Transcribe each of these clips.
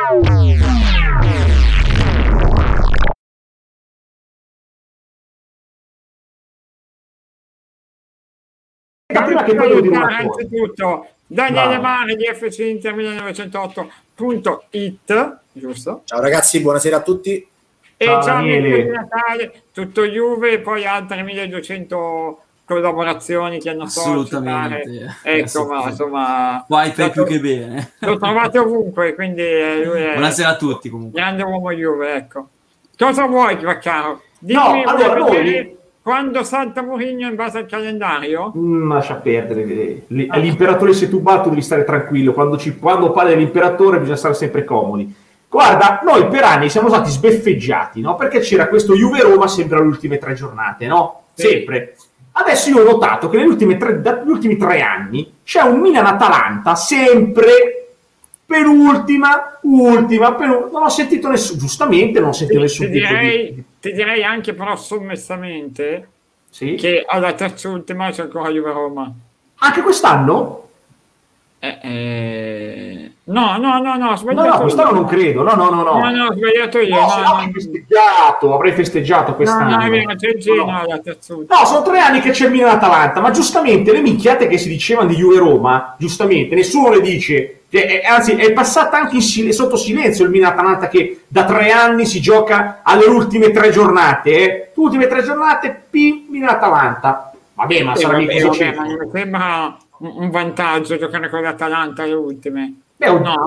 Prima che poi devo dire una cosa. Anzitutto Daniele Mari di FC Inter 1908.it, giusto? Ciao ragazzi, buonasera a tutti. E Ciao, Gianni Daniele. Natale, tutto Juve e poi altre 1200 collaborazioni che non so Assolutamente. citare. Ecco, ma insomma Guai fai più che bene. lo trovate ovunque, quindi lui è Buonasera a tutti comunque. grande uomo Juve, ecco. Cosa vuoi, Vaccaro? No, Dimmi, allora, vuoi noi- vedere quando salta Mourinho in base al calendario? Lascia perdere, l'imperatore Setúbal, tu devi stare tranquillo, quando parli dell'imperatore bisogna stare sempre comodi. Guarda, noi per anni siamo stati sbeffeggiati, no? Perché c'era questo Juve-Roma sempre alle ultime 3 giornate, no? Sì. Sempre. Adesso io ho notato che negli ultimi 3 anni c'è un Milan-Atalanta sempre ultima. Non ho sentito nessuno, giustamente non ho sentito nessun tipo di... Ti direi anche però sommessamente Sì? che alla terza ultima c'è ancora Juve-Roma. Anche quest'anno? No, ho sbagliato No, quest'anno non credo, no. No, ho sbagliato io. No, se no avrei festeggiato quest'anno. No, è vero, c'è il Genoa alla terza ultima. No, sono 3 anni che c'è il Milan-Atalanta, ma giustamente le minchiate che si dicevano di Juve-Roma, giustamente, nessuno le dice. Anzi, è passata anche sotto silenzio il Milan-Atalanta che da 3 anni si gioca alle ultime 3 giornate. Ultime 3 giornate, Milan-Atalanta. Vabbè, ma sarà mica così. Ma non mi sembra un vantaggio giocare con l'Atalanta alle ultime. L'anno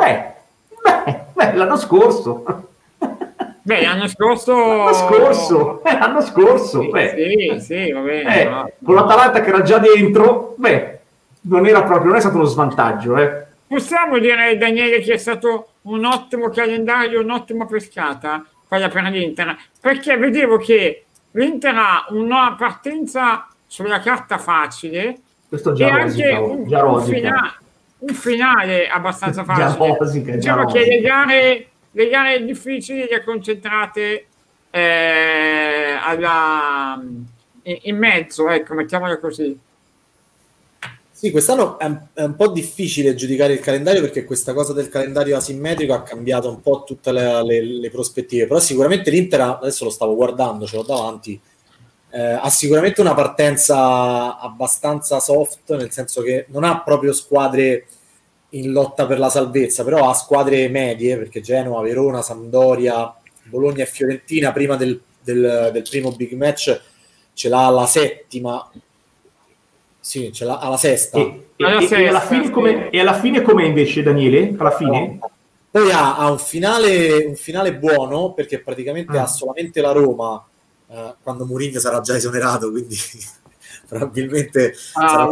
scorso. L'anno scorso. L'anno scorso. Sì, va bene. Con l'Atalanta che era già dentro, non è stato uno svantaggio, Possiamo dire, Daniele, che è stato un ottimo calendario, un'ottima pescata quella per l'Inter, perché vedevo che l'Inter ha una partenza sulla carta facile. Questo già e anche un finale abbastanza facile. Diciamo che le gare difficili le ha concentrate in mezzo, ecco, mettiamola così. Sì, quest'anno è un po' difficile giudicare il calendario perché questa cosa del calendario asimmetrico ha cambiato un po' tutte le prospettive, però sicuramente l'Inter, adesso lo stavo guardando, ce l'ho davanti, ha sicuramente una partenza abbastanza soft, nel senso che non ha proprio squadre in lotta per la salvezza, però ha squadre medie, perché Genoa, Verona, Sampdoria, Bologna e Fiorentina prima del primo big match ce l'ha alla settima, sì, ce l'ha alla sesta. E alla fine come invece, Daniele? Alla fine? Poi ha un finale buono, perché praticamente ha solamente la Roma, quando Mourinho sarà già esonerato, quindi probabilmente sarà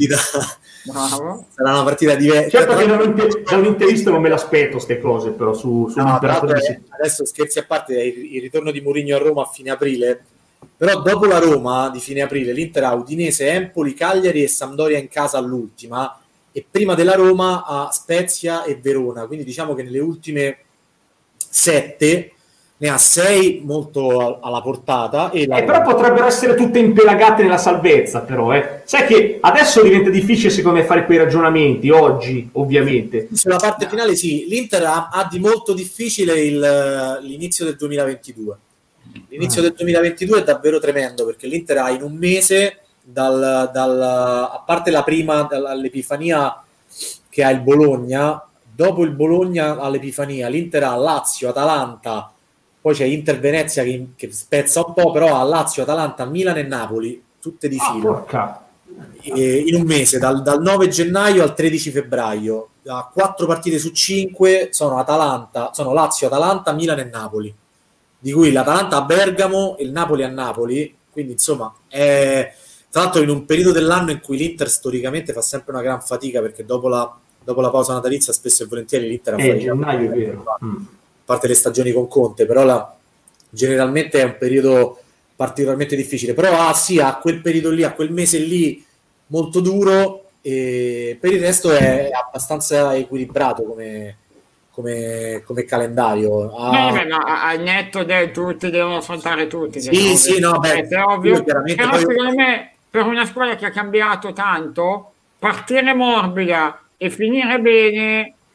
una partita diversa. Certo che da un interista non me l'aspetto queste cose, però adesso scherzi a parte, il ritorno di Mourinho a Roma a fine aprile, però dopo la Roma di fine aprile l'Inter ha Udinese, Empoli, Cagliari e Sampdoria in casa all'ultima, e prima della Roma ha Spezia e Verona, quindi diciamo che nelle ultime 7 ne ha 6 molto alla portata. Però potrebbero essere tutte impelagate nella salvezza, però. Sai che adesso diventa difficile secondo me fare quei ragionamenti, oggi ovviamente. Sulla parte finale sì, l'Inter ha di molto difficile l'inizio del 2022. L'inizio del 2022 è davvero tremendo, perché l'Inter ha in un mese, a parte la prima, all'Epifania, che ha il Bologna, dopo il Bologna all'Epifania, l'Inter ha Lazio, Atalanta, poi c'è Inter Venezia che spezza un po', però ha Lazio, Atalanta, Milan e Napoli, tutte di fila. In un mese, dal 9 gennaio al 13 febbraio, 4 partite su 5 sono Lazio, Atalanta, Milan e Napoli, di cui l'Atalanta a Bergamo e il Napoli a Napoli, quindi insomma è tra l'altro in un periodo dell'anno in cui l'Inter storicamente fa sempre una gran fatica, perché dopo la pausa natalizia spesso e volentieri l'Inter ha gennaio, è vero. A parte le stagioni con Conte, però generalmente è un periodo particolarmente difficile, però ha quel periodo lì, a quel mese lì molto duro, e per il resto è abbastanza equilibrato come calendario. Al netto tutti devono affrontare tutti. Sì, no, è ovvio. Però secondo me, per una squadra che ha cambiato tanto, partire morbida e finire bene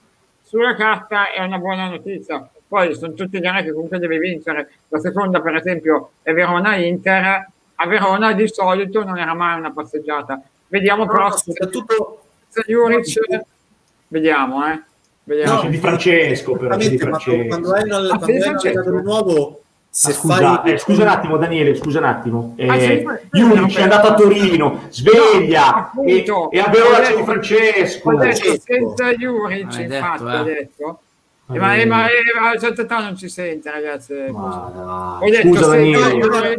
sulla carta è una buona notizia. Poi sono tutti gare che comunque devi vincere. La seconda, per esempio, è Verona-Inter. A Verona di solito non era mai una passeggiata. Vediamo però soprattutto Juric, vediamo. No, c'è Di Francesco, però c'è Di Francesco. Quando hai un allenatore nuovo, se scusa, fai... scusa un attimo Daniele, scusa un attimo. Sì, Juric è andato a Torino, sveglia, e a Verona c'è Di Francesco. Ho detto senza Juric, infatti ho detto. Ma a certa età non ci sente, ragazzi. Ho detto scusa Daniele.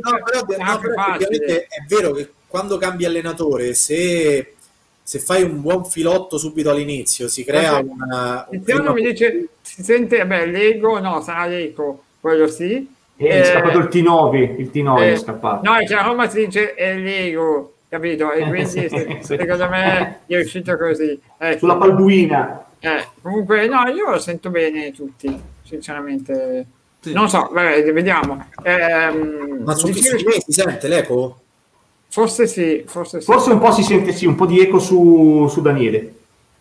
Ovviamente è vero che quando cambi allenatore, se fai un buon filotto subito all'inizio, si crea una... mi dice, si sente, l'ego, no, sarà l'eco, quello sì. È scappato il T9, è scappato. No, è che a Roma si dice è l'ego, capito? E quindi secondo me è uscito così. Ecco. Sulla Balduina. Comunque, no, io lo sento bene tutti, sinceramente. Sì. Non so, vabbè, vediamo. Ma su questi mesi si sente l'eco? Forse sì. Forse un po' si sente, sì, un po' di eco su Daniele.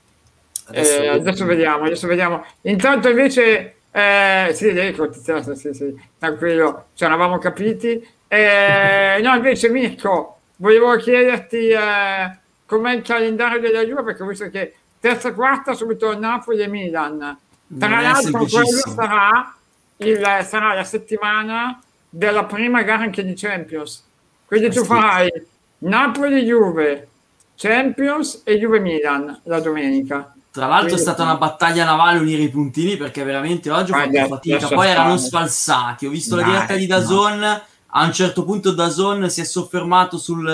Adesso vediamo. Intanto invece, sì, l'eco, sì, tranquillo, ci eravamo capiti. No, invece Mirko, volevo chiederti com'è il calendario della Juve, perché ho visto che terza, quarta, subito Napoli e Milan. Tra l'altro quello sarà la settimana della prima gara anche di Champions. Quindi tu farai Napoli-Juve, Champions e Juve-Milan la domenica. Tra l'altro è stata una battaglia navale unire i puntini, perché veramente oggi ho fatto fatica. Poi erano sfalsati. Ho visto la diretta di DAZN. A un certo punto DAZN si è soffermato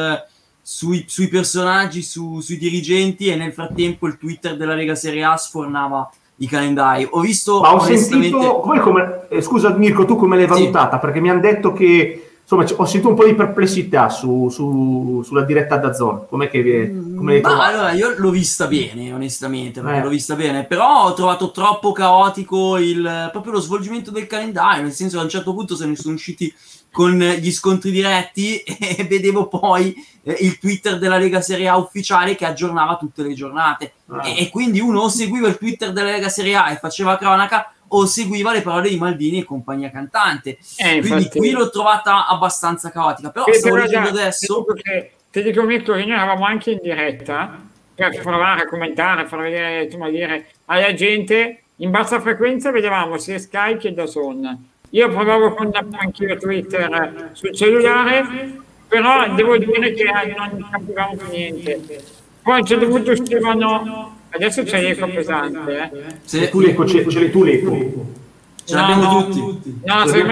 sui personaggi, sui dirigenti, e nel frattempo il Twitter della Lega Serie A sfornava i calendari. Ho visto, ma ho sentito scusa Mirko, tu come l'hai valutata? Sì. Perché mi hanno detto che insomma ho sentito un po' di perplessità sulla diretta da DAZN. Com'è che come allora io l'ho vista bene, onestamente, perché l'ho vista bene, però ho trovato troppo caotico proprio lo svolgimento del calendario, nel senso che a un certo punto se ne sono usciti con gli scontri diretti e vedevo poi il Twitter della Lega Serie A ufficiale che aggiornava tutte le giornate, e quindi uno o seguiva il Twitter della Lega Serie A e faceva cronaca, o seguiva le parole di Maldini e compagnia cantante. Quindi infatti, qui l'ho trovata abbastanza caotica, però stavo leggendo adesso. Ti dico Mirko che noi eravamo anche in diretta per provare a commentare, far vedere, insomma, dire alla gente in bassa frequenza, vedevamo sia Sky che DAZN. Io provavo con anche Twitter sul cellulare, però devo dire che non capivamo più niente. Poi a un certo punto uscivano. Adesso c'è l'eco pesante, Se tu l'eco, ce l'hai tu l'eco. Ce l'abbiamo tutti. No, se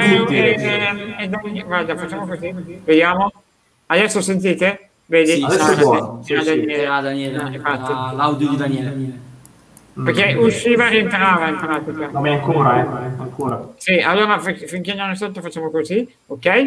me guarda, facciamo così. Vediamo. Adesso sentite? Vedi? Sì, adesso è buono. Daniele. L'audio di Daniele. Perché usciva e rientrava in pratica. Vabbè, ancora. Sì, allora finché non è sotto facciamo così, ok?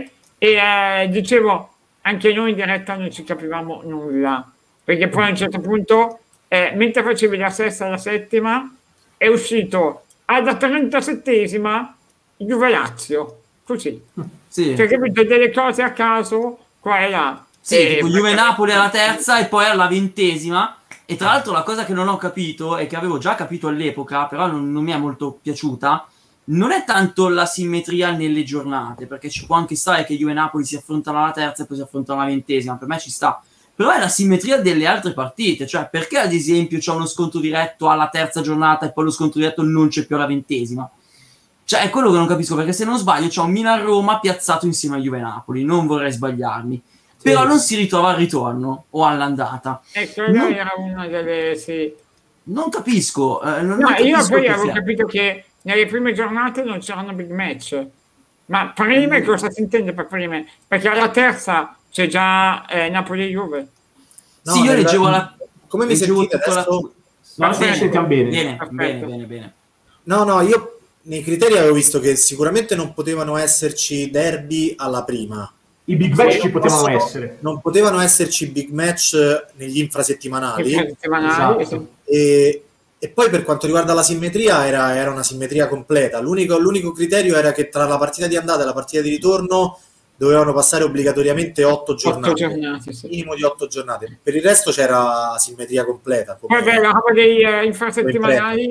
E dicevo, anche noi in diretta non ci capivamo nulla, perché poi a un certo punto, mentre facevi la sesta e la settima, è uscito alla 37esima Juve Lazio, così. Sì. Cioè, capito, delle cose a caso, qua e là. Sì, tipo Juve Napoli alla terza e poi alla 20esima. E tra l'altro la cosa che non ho capito, e che avevo già capito all'epoca, però non mi è molto piaciuta, non è tanto la simmetria nelle giornate, perché ci può anche stare che Juve e Napoli si affrontano alla terza e poi si affrontano alla 20esima, per me ci sta. Però è la simmetria delle altre partite, cioè perché ad esempio c'è uno scontro diretto alla terza giornata e poi lo scontro diretto non c'è più alla 20esima? Cioè è quello che non capisco, perché se non sbaglio c'è un Milan-Roma piazzato insieme a Juve e Napoli, non vorrei sbagliarmi. Però non si ritrova al ritorno o all'andata. Quella era una delle... Sì. Non capisco. Io poi avevo capito che nelle prime giornate non c'erano big match. Ma prime cosa si intende per prime? Perché alla terza c'è già Napoli e Juve. No, sì, io leggevo la... Come mi sentite adesso? No, ci sentiamo bene. Bene. No, io nei criteri avevo visto che sicuramente non potevano esserci derby alla prima. I big match ci potevano essere. Non potevano esserci big match negli infrasettimanali. Esatto. E poi per quanto riguarda la simmetria era una simmetria completa. L'unico criterio era che tra la partita di andata e la partita di ritorno dovevano passare obbligatoriamente 8 giornate. Sì. Minimo di 8 giornate. Per il resto c'era simmetria completa. Poi la roba dei infrasettimanali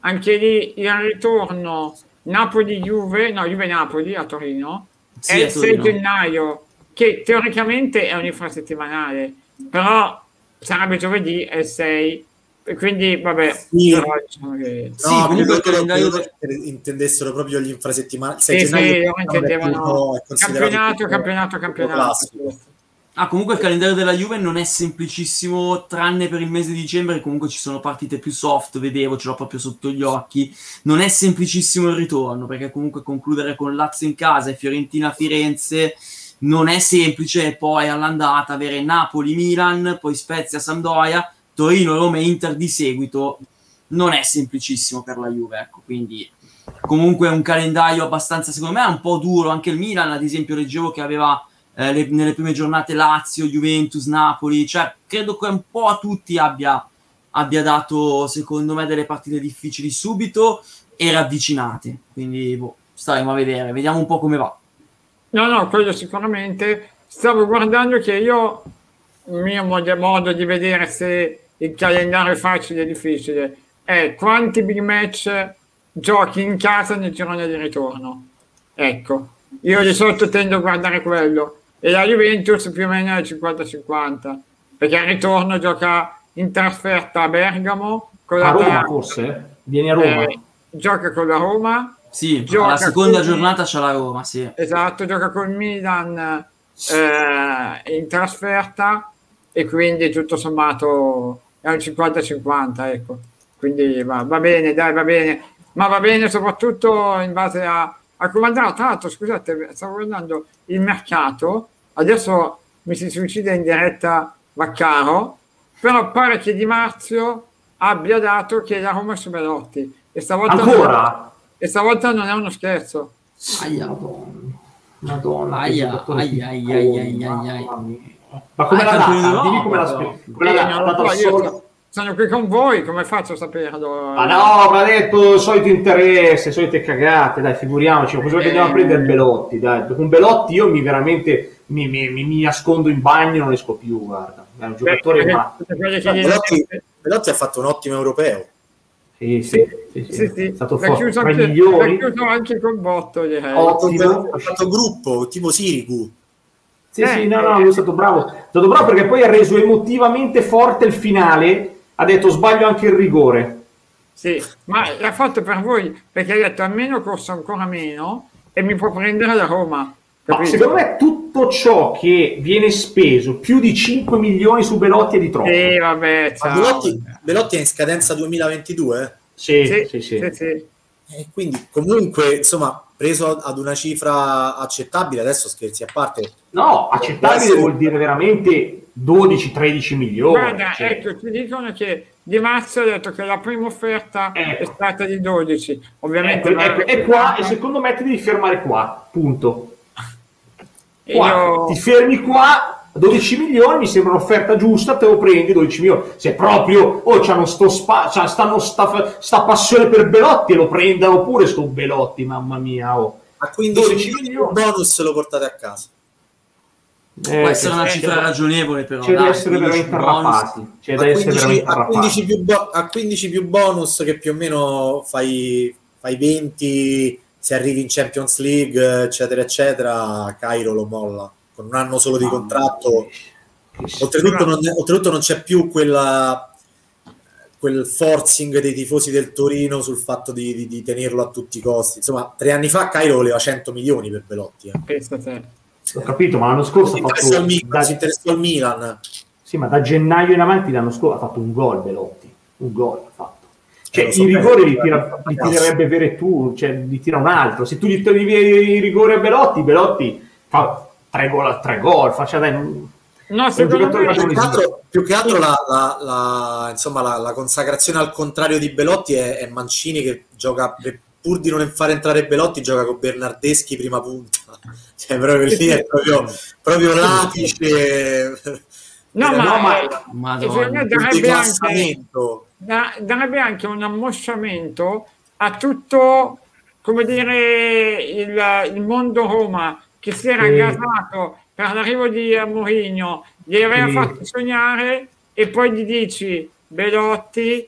anche lì il ritorno Napoli-Juve, no, Juve-Napoli a Torino, Sì, è a il 6 Torino. gennaio, che teoricamente è un'infrasettimanale, però sarebbe giovedì, è il 6, e quindi vabbè, Sì. però diciamo che... Sì, No, comunque il credo calendario che intendessero proprio gli infrasettimanali. 6 Sì, sì, gennaio loro intendevano è considerato campionato. classico. comunque il calendario della Juve non è semplicissimo, tranne per il mese di dicembre, comunque ci sono partite più soft, vedevo, ce l'ho proprio sotto gli occhi. Non è semplicissimo il ritorno, perché comunque concludere con Lazio in casa e Fiorentina a Firenze non è semplice, e poi all'andata avere Napoli-Milan, poi Spezia-Sampdoria, Torino-Roma e Inter di seguito, non è semplicissimo per la Juve, ecco, quindi comunque è un calendario abbastanza, secondo me, un po' duro. Anche il Milan, ad esempio, leggevo che aveva nelle prime giornate Lazio, Juventus, Napoli, cioè credo che un po' a tutti abbia dato, secondo me, delle partite difficili subito e ravvicinate, quindi staremo a vedere, vediamo un po' come va. No, quello sicuramente. Stavo guardando che io, il mio modo di vedere se il calendario è facile o difficile, è quanti big match giochi in casa nel girone di ritorno. Ecco, io di solito tendo a guardare quello. E la Juventus più o meno è 50-50, perché al ritorno gioca in trasferta a Bergamo, con A Roma l'Atalanta, forse? Vieni a Roma. gioca con la Roma, Sì, gioca alla seconda con- giornata c'è la Roma, sì. esatto, gioca col Milan in trasferta e quindi tutto sommato è un 50-50, ecco. Quindi va bene, dai, va bene, ma va bene soprattutto in base a come andrà. Tra l'altro, scusate, stavo guardando il mercato, adesso mi si suicida in diretta Vaccaro, però pare che Di Marzio abbia dato che la Roma è su Belotti e stavolta Ancora? e stavolta non è uno scherzo. Aia. Madonna, che Aia, giocatore aia, piccolo, aia, aia, mamma aia. mia. Ma come Ah, l'ha è campione data? Dimmi d'Europa, come l'ha però. come l'ha Non lo data so, al io solo. sono qui con voi, come faccio a saperlo? Ma no, ma ha detto solito interesse, solite cagate, dai, figuriamoci, cosa che andiamo a prendere Belotti, dai, con Belotti io veramente mi nascondo in bagno e non esco più, guarda, è un giocatore ma... Belotti ha fatto un ottimo europeo. Sì, è stato L'ha forte, chiuso tra i anche, migliori, l'ha chiuso anche col botto, direi. ottimo. Ha fatto gruppo, tipo Sirigu. Sì, no, lui è stato bravo perché poi ha reso emotivamente forte il finale, ha detto sbaglio anche il rigore. Sì, ma l'ha fatto per voi, perché ha detto almeno costa ancora meno e mi può prendere la Roma. Ma Capito? secondo me tutto ciò che viene speso, più di 5 milioni su Belotti è di troppo. Sì, vabbè, Ma ciao. Belotti è in scadenza 2022? Sì. E quindi comunque, insomma, preso ad una cifra accettabile, adesso scherzi a parte. No, accettabile vuol dire veramente 12-13 milioni. Guarda, cioè. ecco, ti dicono che Di Marzio ha detto che la prima offerta è stata di 12. Ovviamente ecco, è qua e secondo me ti devi fermare qua, punto. Qua, ti fermi qua, 12 milioni mi sembra un'offerta giusta, te lo prendi 12 milioni. Se proprio c'hanno sta passione per Belotti e lo prendano pure sto Belotti, mamma mia. A 15 milioni bonus lo portate a casa. Può essere una cifra ragionevole, però c'è da essere veramente arrappati. A 15 più bonus, che più o meno fai 20 se arrivi in Champions League, eccetera eccetera. Cairo lo molla con un anno solo di contratto. Oltretutto non c'è più quel forcing dei tifosi del Torino sul fatto di tenerlo a tutti i costi. Insomma, 3 anni fa Cairo voleva 100 milioni per Belotti. Pensa te. Ho capito, ma l'anno scorso si interessò al Milan. Sì, ma da gennaio in avanti l'anno scorso ha fatto un gol Belotti, un gol ha fatto. Cioè, i rigori li tirerebbe Veretù, cioè li tira un altro. Se tu gli togli i rigori a Belotti fa 3 gol, faccia dai. No, secondo me più che altro la consacrazione al contrario di Belotti è Mancini, che gioca pur di non far entrare Belotti, gioca con Bernardeschi prima punta. Cioè, proprio lì è proprio l'apice. Ma darebbe anche un ammosciamento a tutto, come dire, il mondo Roma, che si era gasato per l'arrivo di Mourinho, gli aveva fatto sognare e poi gli dici Belotti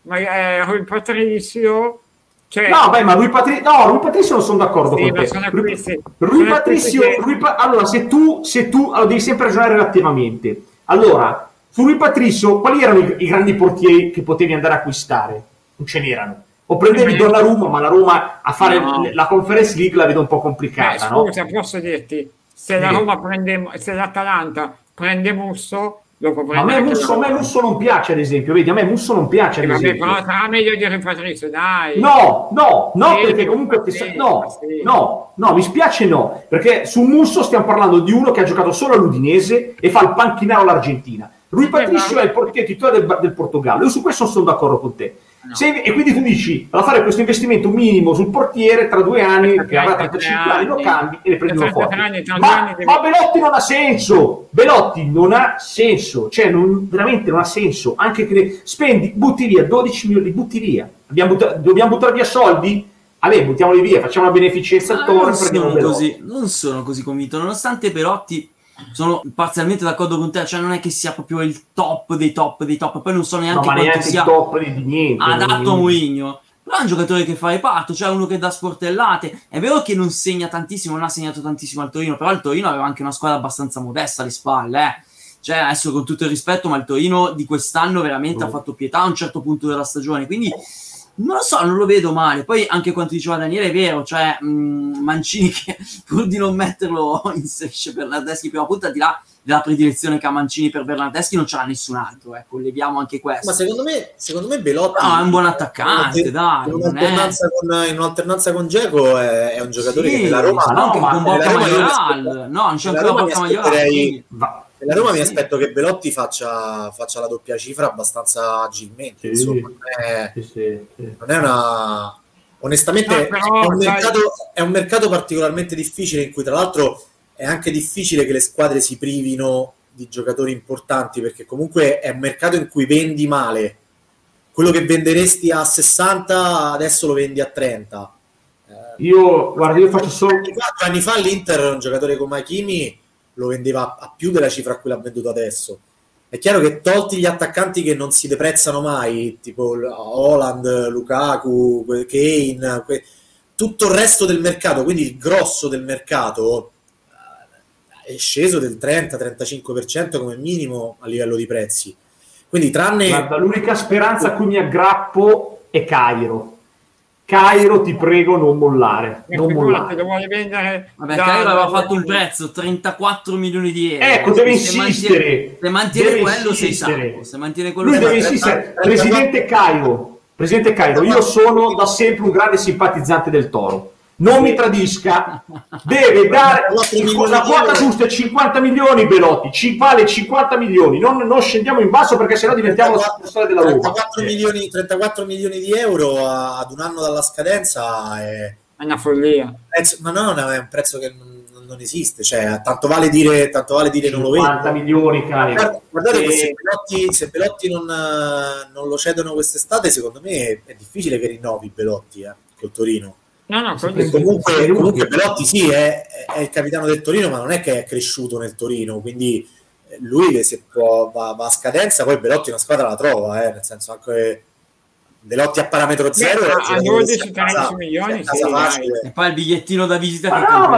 Rui Patrizio, cioè, No, beh, ma Rui Patrizio non sono d'accordo sì, con ma te. sono Rui, questi, Rui sono Patrizio, questi che- allora, se tu, allora, devi sempre ragionare relativamente. Allora, su Rui Patrizio, quali erano i grandi portieri che potevi andare a acquistare? Non ce n'erano. O prendevi Donnarumma, ma la Roma a fare No. la Conference League la vedo un po' Beh, complicata, no? scusa, posso dirti, se la Sì. Roma prende, se l'Atalanta prende Musso, lo può Ma a prendere anche la A me Roma. Musso non piace, ad esempio, vedi, a me Musso non piace, E ad vabbè, esempio. però sarà meglio di Rui Patrizio, dai. No, Sì, perché comunque ma sì, ma no, sì. no, mi spiace no, perché su Musso stiamo parlando di uno che ha giocato solo all'Udinese e fa il panchinaro all'Argentina. Rui Patricio è il portiere titolare del Portogallo, io su questo sono d'accordo con te. No. E quindi tu dici, a fare questo investimento minimo sul portiere tra 2 anni, che avrà 35 anni, lo cambi e ne prendi uno forte. Ma Belotti non ha senso, Belotti non ha senso, cioè veramente non ha senso, anche che spendi, butti via 12 milioni, butti via, dobbiamo buttare via soldi? Vabbè, buttiamoli via, facciamo una beneficenza al Toro e prendiamo Belotti. Non sono così convinto, nonostante Belotti sono parzialmente d'accordo con te, cioè non è che sia proprio il top dei top dei top, poi non so neanche ma quanto neanche sia il top di niente, adatto a Mourinho, però è un giocatore che fa reparto, cioè uno che dà sportellate. È vero che non segna tantissimo, non ha segnato tantissimo al Torino, però il Torino aveva anche una squadra abbastanza modesta alle spalle, cioè adesso con tutto il rispetto, ma il Torino di quest'anno veramente ha fatto pietà a un certo punto della stagione, quindi non lo so, non lo vedo male. Poi anche quanto diceva Daniele è vero, cioè Mancini che pur di non metterlo inserisce Bernardeschi prima punta, di là della predilezione che ha Mancini per Bernardeschi non ce l'ha nessun altro, leviamo anche questo. Ma secondo me Belotti è un buon attaccante, dai, in un'alternanza con Dzeko è un giocatore che nella Roma con Borca Majoral, non c'è ancora Borca Majoral. Nella Roma mi aspetto che Belotti faccia la doppia cifra abbastanza agilmente, insomma, non è una... Onestamente è un mercato particolarmente difficile, in cui tra l'altro è anche difficile che le squadre si privino di giocatori importanti, perché comunque è un mercato in cui vendi male. Quello che venderesti a 60 adesso lo vendi a 30. Io faccio solo 4 anni fa l'Inter un giocatore come Hakimi lo vendeva a più della cifra a cui l'ha venduto adesso. È chiaro che tolti gli attaccanti che non si deprezzano mai, tipo Haaland, Lukaku, Kane, tutto il resto del mercato, quindi il grosso del mercato è sceso del 30-35% come minimo a livello di prezzi. Quindi Guarda, l'unica speranza a cui mi aggrappo è Cairo, ti prego, non mollare. Lo vuole vendere. Vabbè, Cairo aveva fatto un prezzo 34 milioni di euro. Ecco, deve insistere. Se mantiene quello, sei salvo. Se mantiene quello, lui deve insistere. Presidente Cairo, io sono da sempre un grande simpatizzante del Toro. Non mi tradisca, deve dare la quota giusta, 50 milioni Belotti, vale 50 milioni, non scendiamo in basso perché sennò diventiamo la storia della Roma. 34 milioni di euro ad un anno dalla scadenza è una follia. Ma no, è un prezzo che non esiste, cioè tanto vale dire non lo vedo. 50 milioni, guardate che se Belotti non lo cedono quest'estate, secondo me è difficile che rinnovi Belotti col Torino. No, comunque Belotti sì, è il capitano del Torino, ma non è che è cresciuto nel Torino, quindi lui se va a scadenza, poi Belotti una squadra la trova, nel senso anche Belotti a parametro zero a 12-13 milioni e poi il bigliettino da visita ma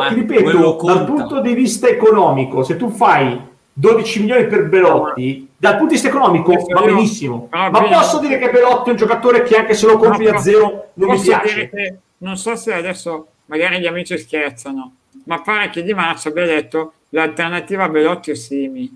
dal punto di vista economico, se tu fai 12 milioni per Belotti, dal punto di vista economico va benissimo, ma posso dire che Belotti è un giocatore che anche se lo compri a zero non mi piace. Non so se adesso magari gli amici scherzano, ma pare che Di Marzo abbia detto l'alternativa a Belotti è Simi.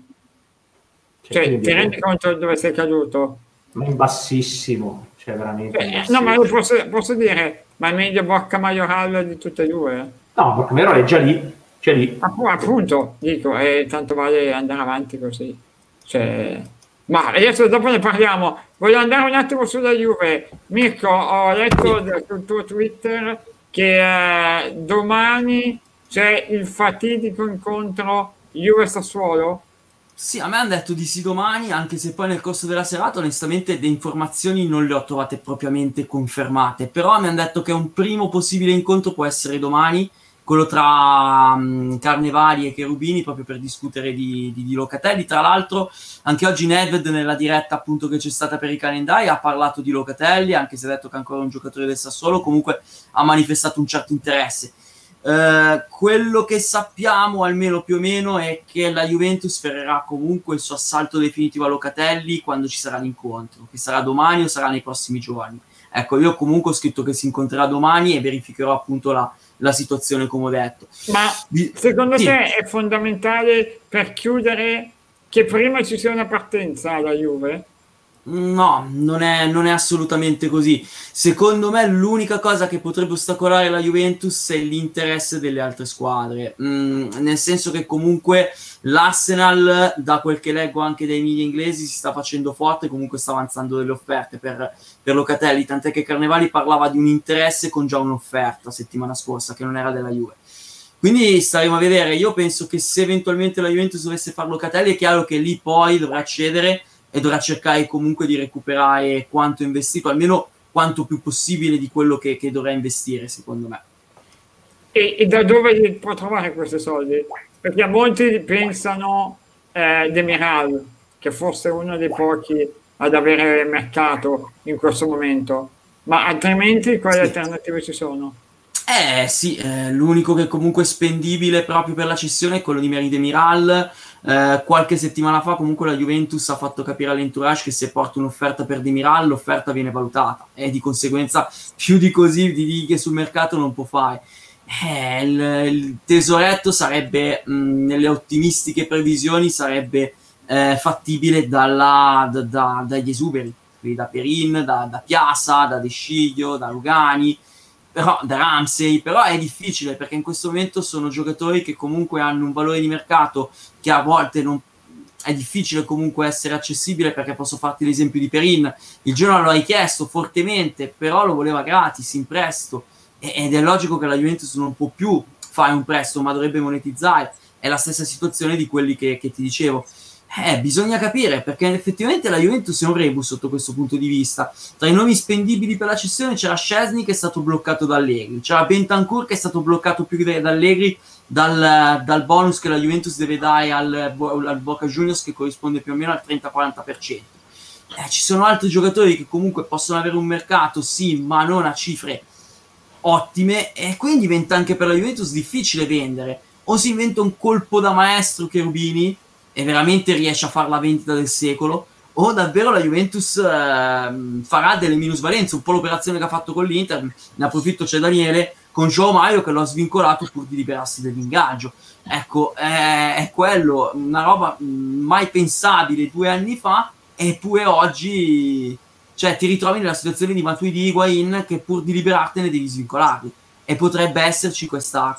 Cioè, ti rendi conto dove sei caduto? Ma in bassissimo, cioè veramente no, ma io posso dire, ma è meglio Borca Majoral di tutte e due? No, Borca Majoral è già lì. Appunto, dico, tanto vale andare avanti così. Cioè, ma adesso dopo ne parliamo. Voglio andare un attimo sulla Juve. Mirko, ho letto sul tuo Twitter che domani c'è il fatidico incontro Juve-Sassuolo. Sì, a me hanno detto di sì domani, anche se poi nel corso della serata onestamente le informazioni non le ho trovate propriamente confermate, però mi hanno detto che un primo possibile incontro può essere domani, quello tra Carnevali e Cherubini, proprio per discutere di Locatelli. Tra l'altro anche oggi Nedved, nella diretta appunto che c'è stata per i calendari, ha parlato di Locatelli, anche se ha detto che è ancora un giocatore del Sassuolo, comunque ha manifestato un certo interesse. Quello che sappiamo, almeno più o meno, è che la Juventus fermerà comunque il suo assalto definitivo a Locatelli quando ci sarà l'incontro, che sarà domani o sarà nei prossimi giorni. Ecco, io comunque ho scritto che si incontrerà domani e verificherò appunto la situazione, come ho detto. Ma secondo te è fondamentale per chiudere che prima ci sia una partenza alla Juve? No, non è assolutamente così. Secondo me l'unica cosa che potrebbe ostacolare la Juventus è l'interesse delle altre squadre, nel senso che comunque l'Arsenal, da quel che leggo anche dai media inglesi, si sta facendo forte, comunque sta avanzando delle offerte per Locatelli, tant'è che Carnevali parlava di un interesse con già un'offerta settimana scorsa che non era della Juve. Quindi staremo a vedere. Io penso che se eventualmente la Juventus dovesse fare Locatelli, è chiaro che lì poi dovrà cedere e dovrà cercare comunque di recuperare quanto investito, almeno quanto più possibile di quello che dovrà investire, secondo me. E da dove può trovare questi soldi? Perché molti pensano Demiral, che forse è uno dei pochi ad avere mercato in questo momento, ma altrimenti quali alternative ci sono? Sì, l'unico che comunque è spendibile proprio per la cessione è quello di Merih Demiral. Qualche settimana fa comunque la Juventus ha fatto capire all'entourage che se porta un'offerta per Demiral, l'offerta viene valutata e di conseguenza più di così di righe sul mercato non può fare. Il tesoretto sarebbe, nelle ottimistiche previsioni, sarebbe fattibile dagli esuberi, quindi da Perin, da Piazza, da De Sciglio, da Rugani, però da Ramsey. Però è difficile perché in questo momento sono giocatori che comunque hanno un valore di mercato che a volte non è difficile comunque essere accessibile, perché posso farti l'esempio di Perin. Il Genoa lo hai chiesto fortemente, però lo voleva gratis, in prestito, ed è logico che la Juventus non può più fare un prestito, ma dovrebbe monetizzare. È la stessa situazione di quelli che ti dicevo. Bisogna capire, perché effettivamente la Juventus è un rebus sotto questo punto di vista. Tra i nomi spendibili per la cessione c'era Szczesny, che è stato bloccato da Allegri, c'era Bentancur, che è stato bloccato più da Allegri dal bonus che la Juventus deve dare al Boca Juniors, che corrisponde più o meno al 30-40%. Ci sono altri giocatori che comunque possono avere un mercato, sì, ma non a cifre ottime, e quindi diventa anche per la Juventus difficile vendere. O si inventa un colpo da maestro Cherubini e veramente riesce a fare la vendita del secolo, o davvero la Juventus farà delle minusvalenze, un po' l'operazione che ha fatto con l'Inter. Ne approfitto, c'è Daniele, con João Mario che lo ha svincolato pur di liberarsi dell'ingaggio. Ecco, è quello, una roba mai pensabile 2 anni fa, eppure oggi, cioè, ti ritrovi nella situazione di Matuidi e Higuain, che pur di liberartene devi svincolarli, e potrebbe esserci questa,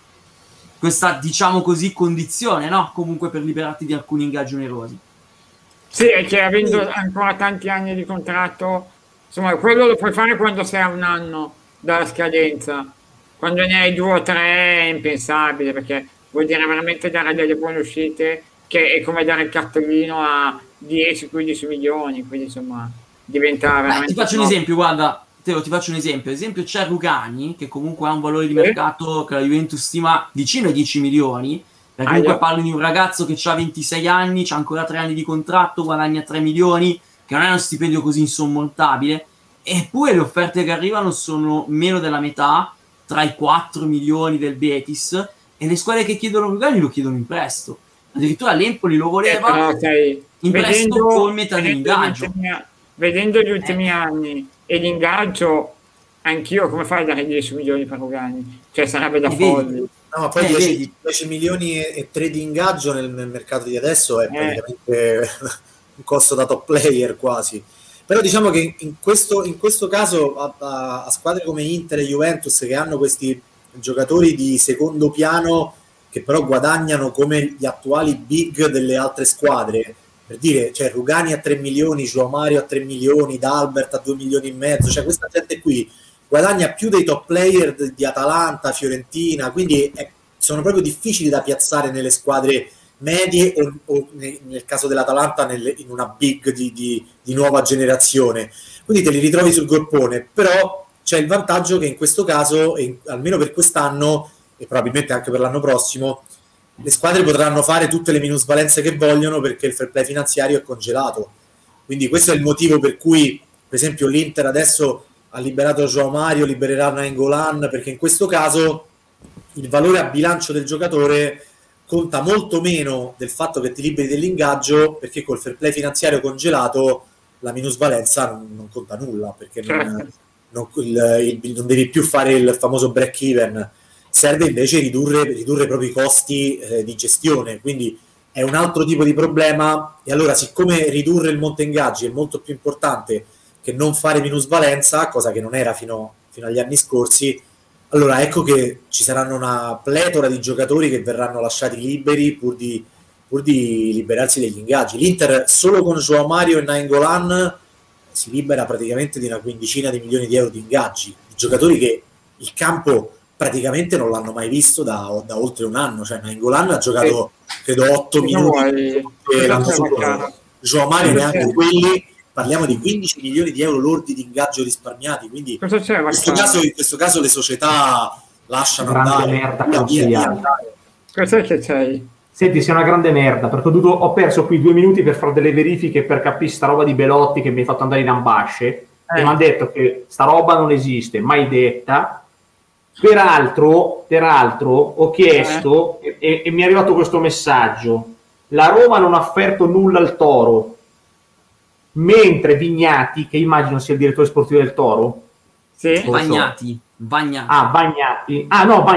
diciamo così, condizione, no? Comunque, per liberarti di alcuni ingaggi onerosi. Sì, è che avendo ancora tanti anni di contratto, insomma, quello lo puoi fare quando sei a 1 anno dalla scadenza. Quando ne hai 2 o 3 è impensabile, perché vuol dire veramente dare delle buone uscite, che è come dare il cartellino a 10-15 milioni, quindi insomma diventa veramente... Ti faccio un esempio, guarda, Teo, ti faccio un esempio. Ad esempio c'è Rugani, che comunque ha un valore di mercato che la Juventus stima vicino ai 10 milioni, perché comunque parli di un ragazzo che ha 26 anni, c'ha ancora 3 anni di contratto, guadagna 3 milioni, che non è uno stipendio così insormontabile, eppure le offerte che arrivano sono meno della metà, tra i 4 milioni del Betis, e le squadre che chiedono Rugani lo chiedono in prestito. Addirittura l'Empoli lo voleva in prestito con metà dell'ingaggio. Vedendo gli ultimi anni e l'ingaggio, anch'io come fai a dare 10 milioni per Rugani? Cioè sarebbe da folli. No, poi 10 milioni e 3 di ingaggio nel mercato di adesso è praticamente un costo da top player quasi. Però diciamo che in questo caso a squadre come Inter e Juventus, che hanno questi giocatori di secondo piano che però guadagnano come gli attuali big delle altre squadre, per dire, cioè Rugani a 3 milioni, João Mario a 3 milioni, D'Albert a 2 milioni e mezzo, cioè questa gente qui guadagna più dei top player di Atalanta, Fiorentina, quindi sono proprio difficili da piazzare nelle squadre medie o nel caso dell'Atalanta in una big di nuova generazione, quindi te li ritrovi sul groppone. Però c'è il vantaggio che in questo caso, almeno per quest'anno, e probabilmente anche per l'anno prossimo, le squadre potranno fare tutte le minusvalenze che vogliono perché il fair play finanziario è congelato. Quindi questo è il motivo per cui, per esempio, l'Inter adesso ha liberato João Mario, libererà Nainggolan, perché in questo caso il valore a bilancio del giocatore conta molto meno del fatto che ti liberi dell'ingaggio, perché col fair play finanziario congelato la minusvalenza non conta nulla, perché non devi più fare il famoso break even, serve invece ridurre proprio i costi di gestione, quindi è un altro tipo di problema. E allora, siccome ridurre il monte ingaggi è molto più importante che non fare minusvalenza, cosa che non era fino agli anni scorsi, allora ecco che ci saranno una pletora di giocatori che verranno lasciati liberi pur di liberarsi degli ingaggi. L'Inter solo con João Mario e Nainggolan si libera praticamente di una quindicina di milioni di euro di ingaggi, di giocatori che il campo praticamente non l'hanno mai visto da oltre un anno. Cioè Nainggolan ha giocato credo 8 minuti l'anno scorso, João Mario neanche quelli. Parliamo di 15 milioni di euro lordi di ingaggio risparmiati, quindi in questo caso le società lasciano grande merda, via. Cos'è che c'hai? Senti, sei una grande merda, perché ho perso qui 2 minuti per fare delle verifiche per capire sta roba di Belotti che mi hai fatto andare in ambasce, e mi hanno detto che sta roba non esiste, mai detta. Peraltro ho chiesto e mi è arrivato questo messaggio: la Roma non ha offerto nulla al Toro, mentre Vignati, che immagino sia il direttore sportivo del Toro, Bagnati Bagnati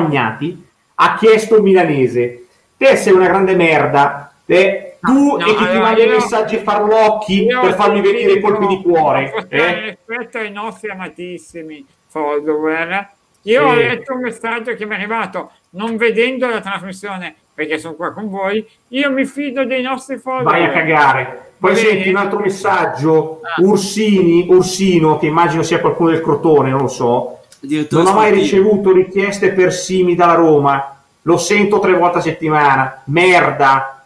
ha chiesto il milanese. Te sei una grande merda, tu e chi ti manda i messaggi farlocchi per farmi venire i colpi di cuore. Rispetto ai nostri amatissimi follower, io ho letto un messaggio che mi è arrivato non vedendo la trasmissione, perché sono qua con voi. Io mi fido dei nostri follower. Vai a cagare. Poi senti un altro messaggio, Ursino, che immagino sia qualcuno del Crotone, non lo so, non ho mai ricevuto richieste per Simi dalla Roma, lo sento 3 volte a settimana, merda,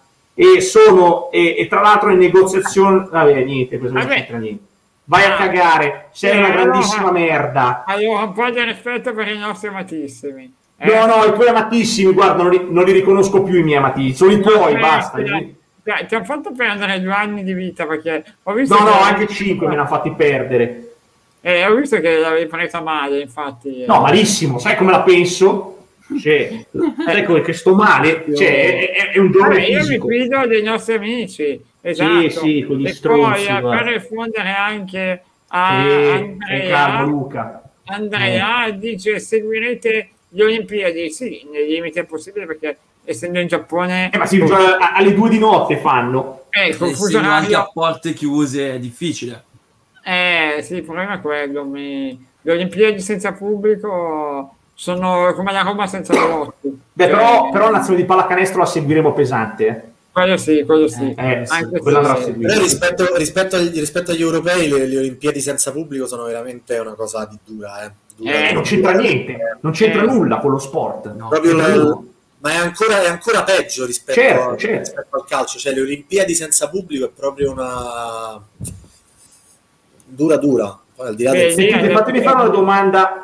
e tra l'altro in negoziazione, vabbè, niente, non c'entra niente. Vai a cagare, sei una grandissima merda. Allora, un po' di rispetto per i nostri amatissimi. No, i tuoi amatissimi, guarda, non li riconosco più i miei amatissimi, sono i tuoi, basta. Ti hanno fatto perdere 2 anni di vita, perché ho visto anche 5 me ne hanno fatti perdere. Ho visto che l'avevi presa male, infatti. No, malissimo, sai come la penso? Cioè, ecco che sto male, cioè, è un dolore fisico. Io mi fido dei nostri amici, esatto. Sì, con gli e stronzi, poi per rispondere anche a Andrea dice: seguirete le Olimpiadi? Sì, nei limiti è possibile, perché essendo in Giappone ma si alle 2 di notte fanno essendo anche a porte chiuse è difficile. Sì, il problema è quello. Le Olimpiadi senza pubblico sono come la Roma senza Belotti. Però l'azione di pallacanestro la seguiremo pesante. Quello sì. Anche quella andrà a seguire. Però rispetto agli europei le Olimpiadi senza pubblico sono veramente una cosa di dura. Non c'entra niente, non c'entra nulla con lo sport. No. Ma è ancora peggio rispetto al calcio. Cioè le Olimpiadi senza pubblico è proprio una dura. Poi, al di là fatemi fare una domanda.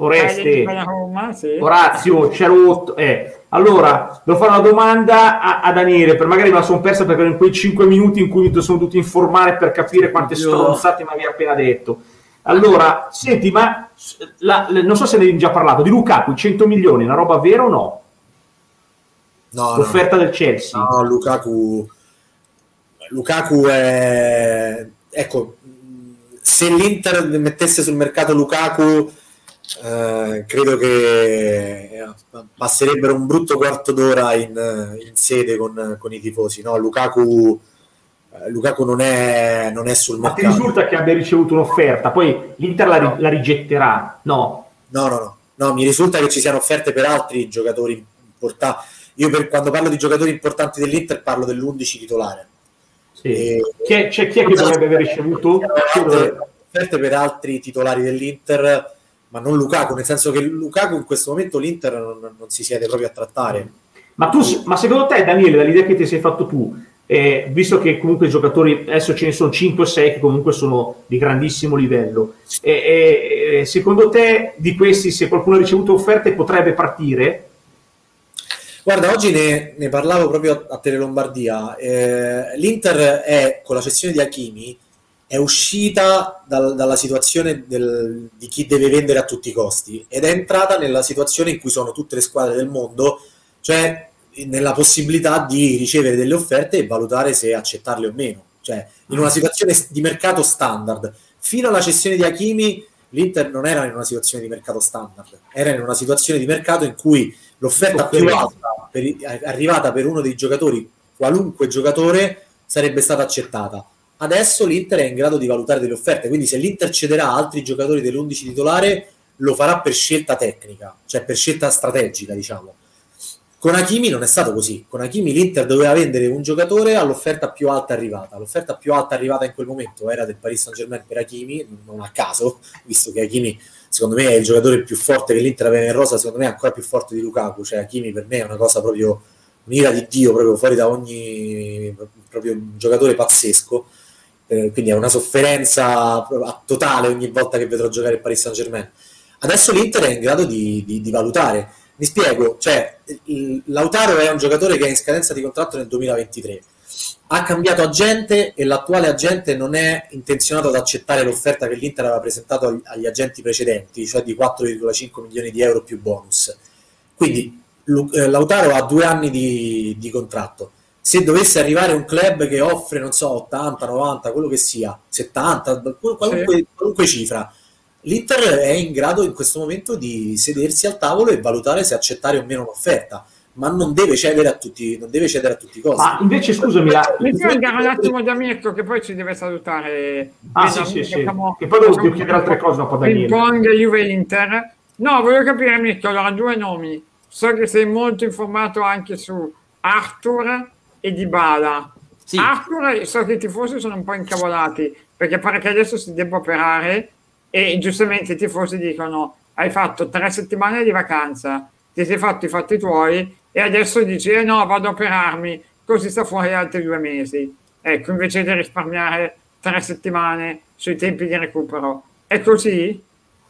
Orazio, c'è rotto. Allora, devo fare una domanda a Daniele, per magari me la sono persa perché in quei 5 minuti in cui mi sono dovuto informare per capire quante stronzate mi aveva appena detto. Allora, senti, ma non so se ne hai già parlato, di Lukaku, 100 milioni, una roba vera o no? No, l'offerta del Chelsea. No, Lukaku è... Ecco, se l'Inter mettesse sul mercato Lukaku, credo che passerebbero un brutto quarto d'ora in sede con i tifosi. No, Lukaku non è sul mercato. Ma ti risulta che abbia ricevuto un'offerta, poi l'Inter la rigetterà? No, mi risulta che ci siano offerte per altri giocatori importanti. Io quando parlo di giocatori importanti dell'Inter parlo dell'11 titolare. Sì. Chi è che dovrebbe aver ricevuto? Offerte per altri titolari dell'Inter, ma non Lukaku, nel senso che Lukaku in questo momento l'Inter non si siede proprio a trattare. Ma secondo te, Daniele, dall'idea che ti sei fatto tu, visto che comunque i giocatori adesso ce ne sono 5-6 che comunque sono di grandissimo livello, secondo te di questi, se qualcuno ha ricevuto offerte, potrebbe partire? Guarda, oggi ne parlavo proprio a Tele Lombardia. L'Inter è, con la cessione di Hakimi, è uscita dalla situazione di chi deve vendere a tutti i costi ed è entrata nella situazione in cui sono tutte le squadre del mondo, cioè nella possibilità di ricevere delle offerte e valutare se accettarle o meno, cioè in una situazione di mercato standard. Fino alla cessione di Hakimi l'Inter non era in una situazione di mercato standard, era in una situazione di mercato in cui l'offerta più alta arrivata per uno dei giocatori, qualunque giocatore, sarebbe stata accettata. Adesso l'Inter è in grado di valutare delle offerte, quindi se l'Inter cederà altri giocatori dell'11 titolare lo farà per scelta tecnica, cioè per scelta strategica, diciamo. Con Hakimi non è stato così. Con Hakimi l'Inter doveva vendere un giocatore all'offerta più alta arrivata. L'offerta più alta arrivata in quel momento era del Paris Saint-Germain per Hakimi, non a caso, visto che Hakimi secondo me è il giocatore più forte che l'Inter aveva in rosa, secondo me è ancora più forte di Lukaku. Cioè Hakimi per me è una cosa proprio, un'ira di Dio, proprio fuori da ogni, proprio un giocatore pazzesco. Quindi è una sofferenza totale ogni volta che vedrò giocare il Paris Saint-Germain. Adesso l'Inter è in grado di valutare. Mi spiego, cioè Lautaro è un giocatore che è in scadenza di contratto nel 2023, ha cambiato agente e l'attuale agente non è intenzionato ad accettare l'offerta che l'Inter aveva presentato agli agenti precedenti, cioè di 4,5 milioni di euro più bonus. Quindi Lautaro ha 2 anni di contratto. Se dovesse arrivare un club che offre, non so, 80, 90, quello che sia, 70, qualunque cifra, l'Inter è in grado in questo momento di sedersi al tavolo e valutare se accettare o meno un'offerta, ma non deve cedere a tutti, non deve cedere a tutti i costi. Ma invece, scusami, mi devo andare un attimo da Mirko che poi ci deve salutare. Sì. Che poi devo chiedere altre cose dopo da il Pong Juve Inter. No, voglio capire, Mirko, allora 2 nomi. So che sei molto informato anche su Arthur e Dybala. Sì. Arthur, so che i tifosi sono un po' incavolati perché pare che adesso si debba operare. E giustamente i tifosi dicono: hai fatto 3 settimane di vacanza, ti sei fatto i fatti tuoi e adesso dici no, vado a operarmi, così sta fuori altri 2 mesi. Ecco, invece di risparmiare 3 settimane sui tempi di recupero. È così?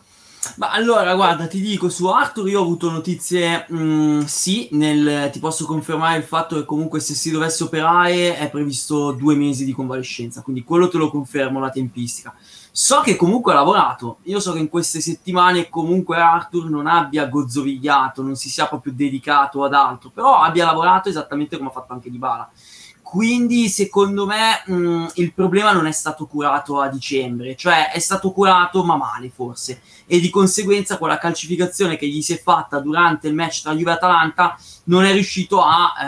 Ma allora, guarda, ti dico, su Arthur io ho avuto notizie, sì, ti posso confermare il fatto che comunque se si dovesse operare è previsto 2 mesi di convalescenza, quindi quello te lo confermo, la tempistica. So che comunque ha lavorato, io so che in queste settimane comunque Arthur non abbia gozzovigliato, non si sia proprio dedicato ad altro, però abbia lavorato esattamente come ha fatto anche Dybala. Quindi secondo me il problema non è stato curato a dicembre, cioè è stato curato ma male forse, e di conseguenza quella calcificazione che gli si è fatta durante il match tra Juve e Atalanta non è riuscito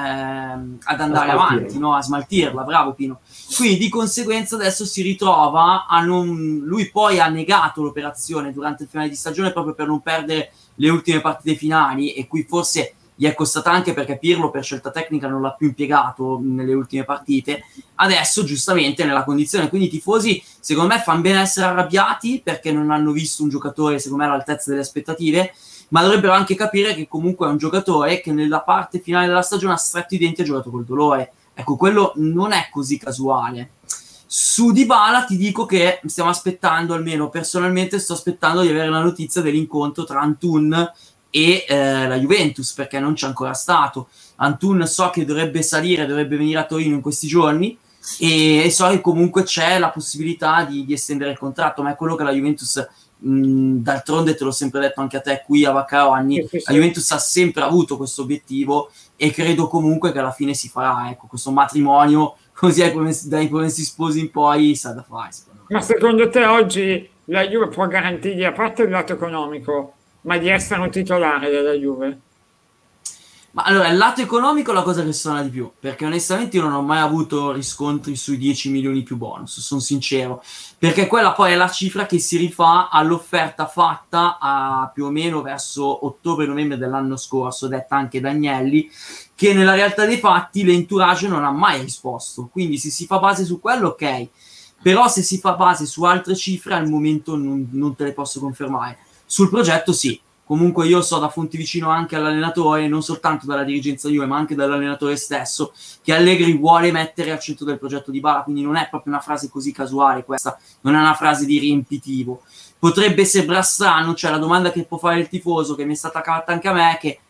ad andare avanti, no? A smaltirla, bravo Pino. Quindi di conseguenza adesso si ritrova lui poi ha negato l'operazione durante il finale di stagione proprio per non perdere le ultime partite finali, e qui forse gli è costata anche perché Pirlo per scelta tecnica non l'ha più impiegato nelle ultime partite. Adesso giustamente nella condizione, quindi i tifosi secondo me fanno bene a essere arrabbiati perché non hanno visto un giocatore secondo me all'altezza delle aspettative, ma dovrebbero anche capire che comunque è un giocatore che nella parte finale della stagione ha stretto i denti e ha giocato col dolore. Ecco, quello non è così casuale. Su Dybala ti dico che stiamo aspettando, almeno personalmente sto aspettando di avere la notizia dell'incontro tra Antun e la Juventus, perché non c'è ancora stato. Antun so che dovrebbe salire, dovrebbe venire a Torino in questi giorni, e so che comunque c'è la possibilità di estendere il contratto, ma è quello che la Juventus, d'altronde te l'ho sempre detto anche a te qui a Vaccaroni, la Juventus ha sempre avuto questo obiettivo e credo comunque che alla fine si farà, ecco, questo matrimonio così dai promessi sposi in poi sa da fare, secondo me. Ma secondo te oggi la Juve può garantirgli, a parte il lato economico, ma di essere un titolare della Juve? Ma allora, il lato economico è la cosa che suona di più, perché onestamente io non ho mai avuto riscontri sui 10 milioni più bonus, sono sincero, perché quella poi è la cifra che si rifà all'offerta fatta a più o meno verso ottobre-novembre dell'anno scorso, detta anche da Agnelli, che nella realtà dei fatti l'entourage non ha mai risposto. Quindi se si fa base su quello, ok, però se si fa base su altre cifre al momento non te le posso confermare. Sul progetto sì. Comunque io so da fonti vicino anche all'allenatore, non soltanto dalla dirigenza Juve, ma anche dall'allenatore stesso, che Allegri vuole mettere al centro del progetto Dybala, quindi non è proprio una frase così casuale questa, non è una frase di riempitivo. Potrebbe sembrare strano, cioè la domanda che può fare il tifoso, che mi è stata fatta anche a me, che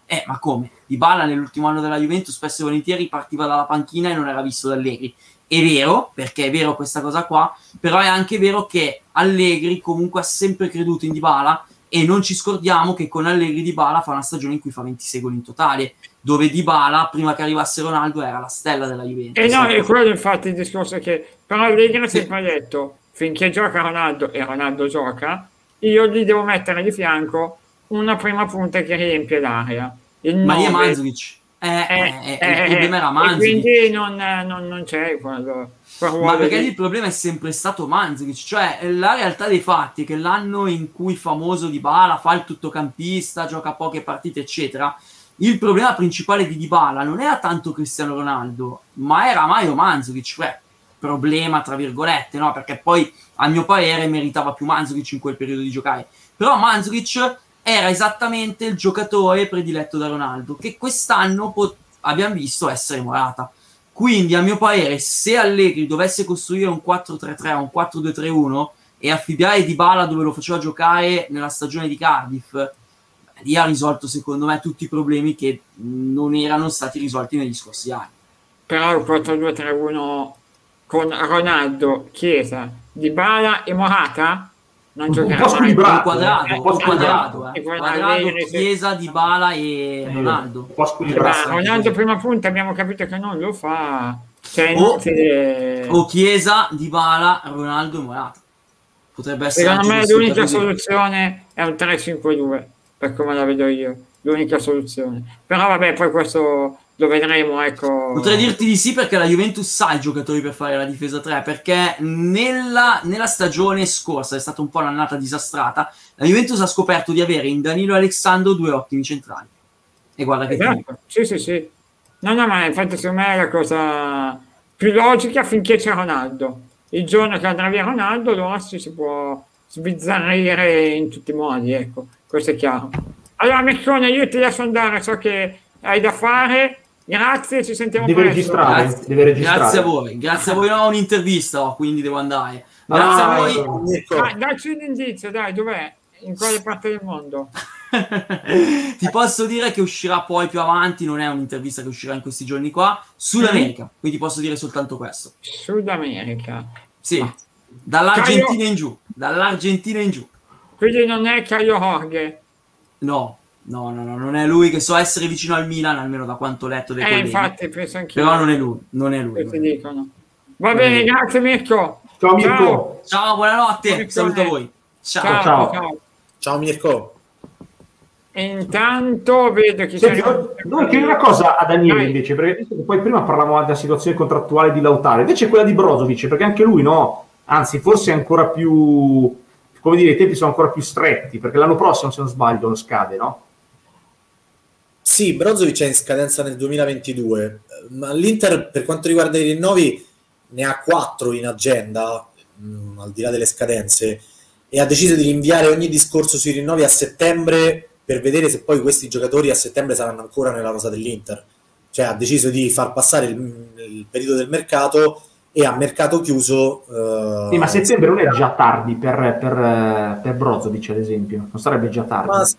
Ma come? Dybala nell'ultimo anno della Juventus spesso e volentieri partiva dalla panchina e non era visto da Allegri. È vero, perché è vero questa cosa qua, però è anche vero che Allegri comunque ha sempre creduto in Dybala, e non ci scordiamo che con Allegri Dybala fa una stagione in cui fa 26 gol in totale, dove Dybala, prima che arrivasse Ronaldo, era la stella della Juventus. E no, è quello infatti il discorso, che però Allegri ha sempre detto, finché gioca Ronaldo e Ronaldo gioca, io gli devo mettere di fianco una prima punta che riempie l'area. Ma lì è Mandzukic. Il problema era Mandzukic. Quindi non c'è quello. Ma perché il problema è sempre stato Mandzukic, cioè la realtà dei fatti è che l'anno in cui famoso Dybala fa il tuttocampista, gioca poche partite eccetera, il problema principale di Dybala non era tanto Cristiano Ronaldo, ma era Mario Mandzukic, cioè problema tra virgolette, no? Perché poi a mio parere meritava più Mandzukic in quel periodo di giocare, però Mandzukic era esattamente il giocatore prediletto da Ronaldo, che quest'anno abbiamo visto essere Morata. Quindi a mio parere, se Allegri dovesse costruire un 4-3-3, un 4-2-3-1 e affibbiare Dybala dove lo faceva giocare nella stagione di Cardiff, lì ha risolto secondo me tutti i problemi che non erano stati risolti negli scorsi anni. Però il 4-2-3-1 con Ronaldo, Chiesa, Dybala e Morata non giocherà mai. Quadrato, Chiesa, Dybala e Ronaldo. Ronaldo prima punta abbiamo capito che non lo fa. Cioè, o Chiesa, Dybala, Ronaldo e Morata. Potrebbe essere. Secondo me l'unica soluzione è un 3-5-2, per come la vedo io. L'unica soluzione. Però vabbè, poi questo lo vedremo, ecco. Potrei dirti di sì, perché la Juventus ha i giocatori per fare la difesa 3, perché nella stagione scorsa è stata un po' un'annata disastrata. La Juventus ha scoperto di avere in Danilo e Alexandro due ottimi centrali, e guarda che sì. No, ma infatti secondo me è la cosa più logica finché c'è Ronaldo. Il giorno che andrà via Ronaldo, allora si può sbizzarrire in tutti i modi, ecco, questo è chiaro. Allora Mircone, io ti lascio andare, so che hai da fare. Grazie, ci sentiamo deve presto. Registrare. Grazie a voi, no, un'intervista, quindi devo andare. Grazie a voi. Dacci un indizio, dai, dov'è? In quale parte del mondo? Ti posso dire che uscirà poi più avanti, non è un'intervista che uscirà in questi giorni qua, Sud America, quindi posso dire soltanto questo. Sud America. Sì, dall'Argentina in giù. Quindi non è Caio Jorge? No, non è lui, che so essere vicino al Milan, almeno da quanto ho letto dei colleghi. Infatti, penso anch'io. Però non è lui. Che ti dicono. Va bene, grazie Mirko. Ciao Mirko. Ciao, buonanotte. Saluto voi. Ciao Mirko. E intanto vedo che devo chiedere una cosa a Daniele invece, perché poi prima parlavamo della situazione contrattuale di Lautaro, invece quella di Brozovic, perché anche lui anzi forse è ancora più, come dire, i tempi sono ancora più stretti, perché l'anno prossimo, se non sbaglio, non scade, no? Sì, Brozovic è in scadenza nel 2022, ma l'Inter per quanto riguarda i rinnovi ne ha 4 in agenda, al di là delle scadenze, e ha deciso di rinviare ogni discorso sui rinnovi a settembre per vedere se poi questi giocatori a settembre saranno ancora nella rosa dell'Inter. Cioè ha deciso di far passare il periodo del mercato, e a mercato chiuso... ma settembre non è già tardi per Brozovic, ad esempio? Non sarebbe già tardi?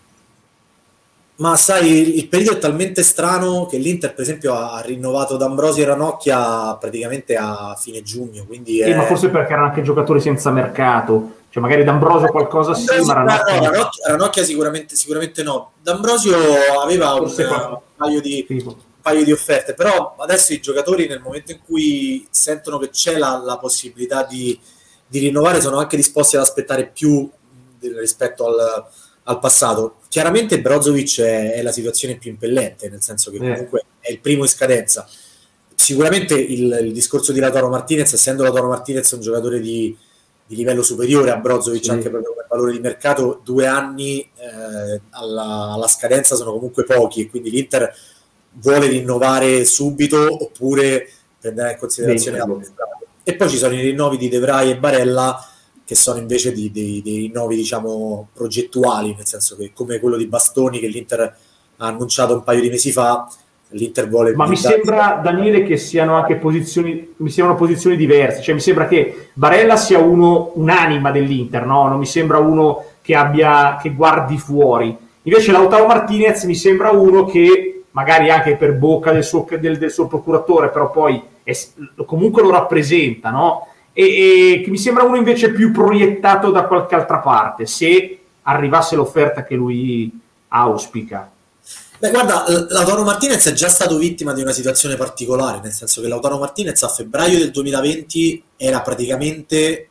Ma sai, il periodo è talmente strano che l'Inter, per esempio, ha rinnovato D'Ambrosio e Ranocchia praticamente a fine giugno, quindi ma forse perché erano anche giocatori senza mercato, cioè magari D'Ambrosio qualcosa sì, ma Ranocchia sicuramente no. D'Ambrosio aveva un paio di offerte, però adesso i giocatori, nel momento in cui sentono che c'è la possibilità di rinnovare, sono anche disposti ad aspettare più rispetto al passato. Chiaramente Brozovic è la situazione più impellente, nel senso che comunque è il primo in scadenza. Sicuramente il discorso di Lautaro Martinez, essendo Lautaro Martinez un giocatore di livello superiore a Brozovic, anche proprio per valore di mercato, 2 anni alla scadenza sono comunque pochi, e quindi l'Inter vuole rinnovare subito oppure prendere in considerazione la possibilità. E poi ci sono i rinnovi di De Vrij e Barella, che sono invece dei rinnovi, diciamo, progettuali, nel senso che, come quello di Bastoni che l'Inter ha annunciato un paio di mesi fa, l'Inter vuole... Ma mi sembra, Daniele, che siano anche posizioni diverse, cioè mi sembra che Barella sia un'anima dell'Inter, no? Non mi sembra uno che guardi fuori. Invece Lautaro Martinez mi sembra uno che magari anche per bocca del suo procuratore, però poi comunque lo rappresenta, no? E che mi sembra uno invece più proiettato da qualche altra parte, se arrivasse l'offerta che lui auspica. Beh, guarda, Lautaro Martinez è già stato vittima di una situazione particolare, nel senso che Lautaro Martinez a febbraio del 2020 era praticamente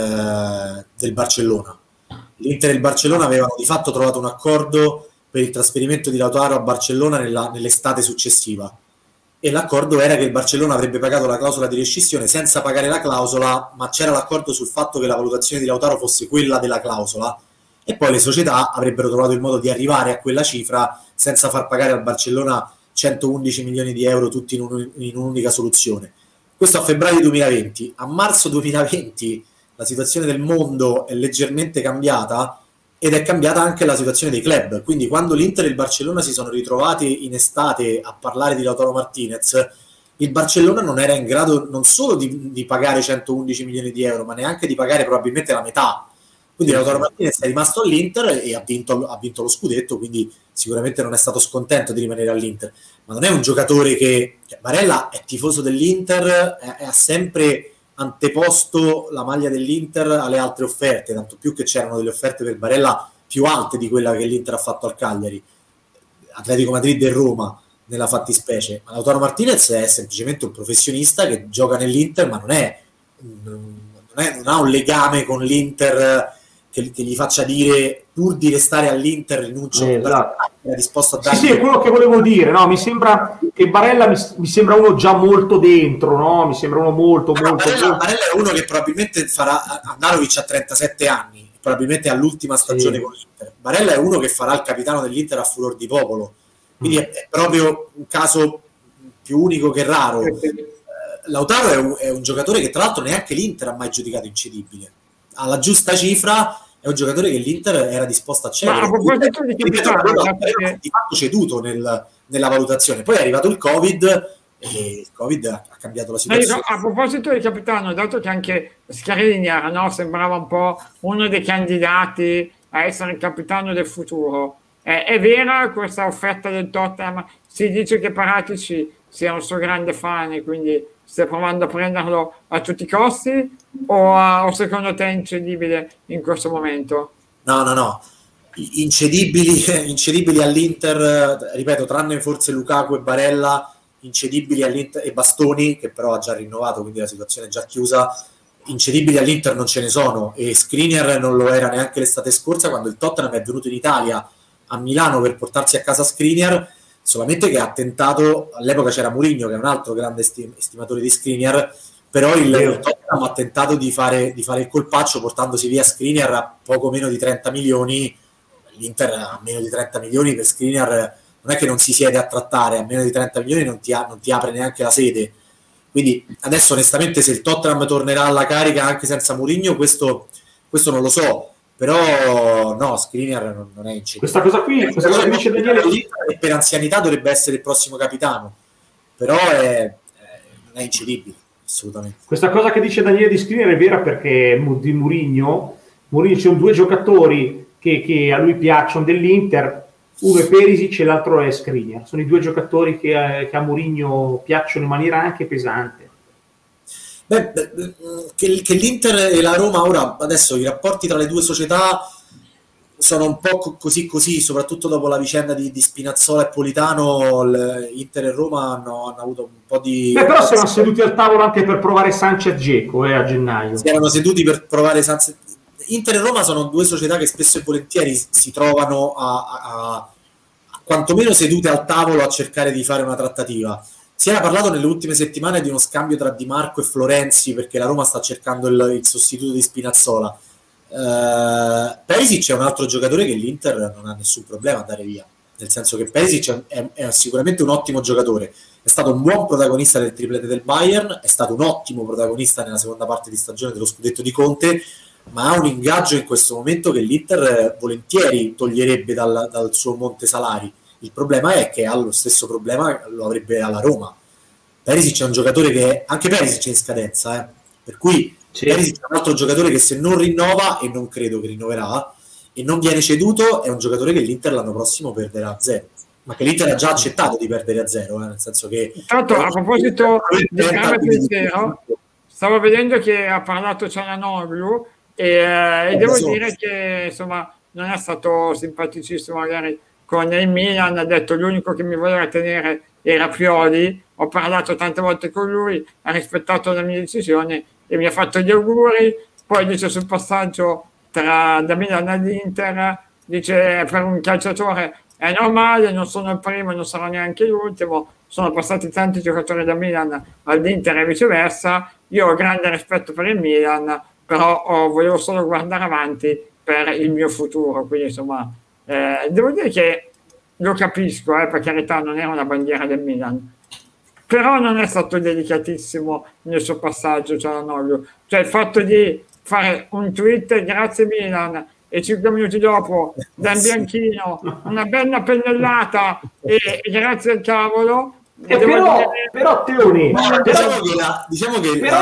del Barcellona. L'Inter e il Barcellona avevano di fatto trovato un accordo per il trasferimento di Lautaro a Barcellona nell'estate successiva, e l'accordo era che il Barcellona avrebbe pagato la clausola di rescissione senza pagare la clausola, ma c'era l'accordo sul fatto che la valutazione di Lautaro fosse quella della clausola, e poi le società avrebbero trovato il modo di arrivare a quella cifra senza far pagare al Barcellona 111 milioni di euro tutti in un'unica soluzione. Questo a febbraio 2020. A marzo 2020 la situazione del mondo è leggermente cambiata, ed è cambiata anche la situazione dei club. Quindi quando l'Inter e il Barcellona si sono ritrovati in estate a parlare di Lautaro Martinez, il Barcellona non era in grado non solo di pagare 111 milioni di euro, ma neanche di pagare probabilmente la metà. Quindi Lautaro Martinez è rimasto all'Inter e ha vinto lo scudetto, quindi sicuramente non è stato scontento di rimanere all'Inter. Ma non è un giocatore che... Barella è tifoso dell'Inter, ha sempre anteposto la maglia dell'Inter alle altre offerte, tanto più che c'erano delle offerte per Barella più alte di quella che l'Inter ha fatto al Cagliari, Atletico Madrid e Roma nella fattispecie. Ma Lautaro Martinez è semplicemente un professionista che gioca nell'Inter, ma non ha un legame con l'Inter che gli faccia dire pur di restare all'Inter rinuncio, esatto. È disposto a dare. Sì, è quello che volevo dire, no? Mi sembra che Barella mi sembra uno già molto dentro, no? Mi sembra uno molto Barella è uno che probabilmente farà. Andanovic a 37 anni, probabilmente all'ultima stagione con l'Inter. Barella è uno che farà il capitano dell'Inter a furor di popolo, quindi è proprio un caso più unico che raro. Lautaro è un giocatore che tra l'altro neanche l'Inter ha mai giudicato incedibile. Alla giusta cifra è un giocatore che l'Inter era disposto a cedere. Ma a proposito di di fatto ceduto nella valutazione. Poi è arrivato il Covid e il Covid ha cambiato la situazione. A proposito di capitano, dato che anche Skriniar, no, sembrava un po' uno dei candidati a essere il capitano del futuro, è vera questa offerta del Tottenham? Si dice che Paratici sia un suo grande fan e quindi stai provando a prenderlo a tutti i costi, o secondo te è incedibile in questo momento? No. Incedibili all'Inter, ripeto, tranne forse Lukaku e Barella, incedibili all'Inter, e Bastoni, che però ha già rinnovato, quindi la situazione è già chiusa. Incedibili all'Inter non ce ne sono, e Skriniar non lo era neanche l'estate scorsa, quando il Tottenham è venuto in Italia, a Milano, per portarsi a casa Skriniar, solamente che ha tentato, all'epoca c'era Mourinho che è un altro grande estimatore di Skriniar, però il Tottenham ha tentato di fare il colpaccio portandosi via Skriniar a poco meno di 30 milioni. L'Inter a meno di 30 milioni per Skriniar non è che non si siede a trattare, a meno di 30 milioni non ti apre neanche la sede. Quindi adesso onestamente se il Tottenham tornerà alla carica anche senza Mourinho, questo non lo so, però no, Skriniar non è incedibile. Questa cosa qui dice Daniele, per anzianità dovrebbe essere il prossimo capitano, però non è incedibile assolutamente. Questa cosa che dice Daniele di Skriniar è vera, perché di Mourinho ci sono due giocatori che a lui piacciono dell'Inter, uno è Perisic e l'altro è Skriniar. Sono i due giocatori che a Mourinho piacciono in maniera anche pesante. Che l'Inter e la Roma ora, adesso i rapporti tra le due società sono un po' così, soprattutto dopo la vicenda di Spinazzola e Politano. Inter e Roma hanno avuto un po' di... però si erano seduti al tavolo anche per provare Sanchez Dzeko a gennaio. Si erano seduti per provare Sanchez. Inter e Roma sono due società che spesso e volentieri si trovano a quantomeno sedute al tavolo a cercare di fare una trattativa. Si era parlato nelle ultime settimane di uno scambio tra Di Marco e Florenzi, perché la Roma sta cercando il sostituto di Spinazzola. Perisic è un altro giocatore che l'Inter non ha nessun problema a dare via, nel senso che Perisic è sicuramente un ottimo giocatore, è stato un buon protagonista del triplete del Bayern, è stato un ottimo protagonista nella seconda parte di stagione dello scudetto di Conte, ma ha un ingaggio in questo momento che l'Inter volentieri toglierebbe dal suo monte salari. Il problema è che ha lo stesso problema lo avrebbe alla Roma. Perisic è un giocatore che anche Perisic è in scadenza, per cui sì. Perisic è un altro giocatore che se non rinnova, e non credo che rinnoverà, e non viene ceduto, è un giocatore che l'Inter l'anno prossimo perderà a 0, ma che l'Inter ha già accettato di perdere a 0, nel senso che... Intanto, a proposito di parametri zero, stavo vedendo che ha parlato Cialanoglu e devo dire che insomma non è stato simpaticissimo magari con il Milan, ha detto l'unico che mi voleva tenere era Pioli, ho parlato tante volte con lui, ha rispettato la mia decisione e mi ha fatto gli auguri. Poi dice sul passaggio da Milan all'Inter, dice per un calciatore è normale, non sono il primo, non sarò neanche l'ultimo, sono passati tanti giocatori da Milan all'Inter e viceversa, io ho grande rispetto per il Milan, però volevo solo guardare avanti per il mio futuro, quindi insomma devo dire che lo capisco, per carità non era una bandiera del Milan, però non è stato delicatissimo nel suo passaggio Cialanoglu, cioè il fatto di fare un tweet grazie Milan e 5 minuti dopo da bianchino una bella pennellata e grazie al cavolo. Però Teoni, però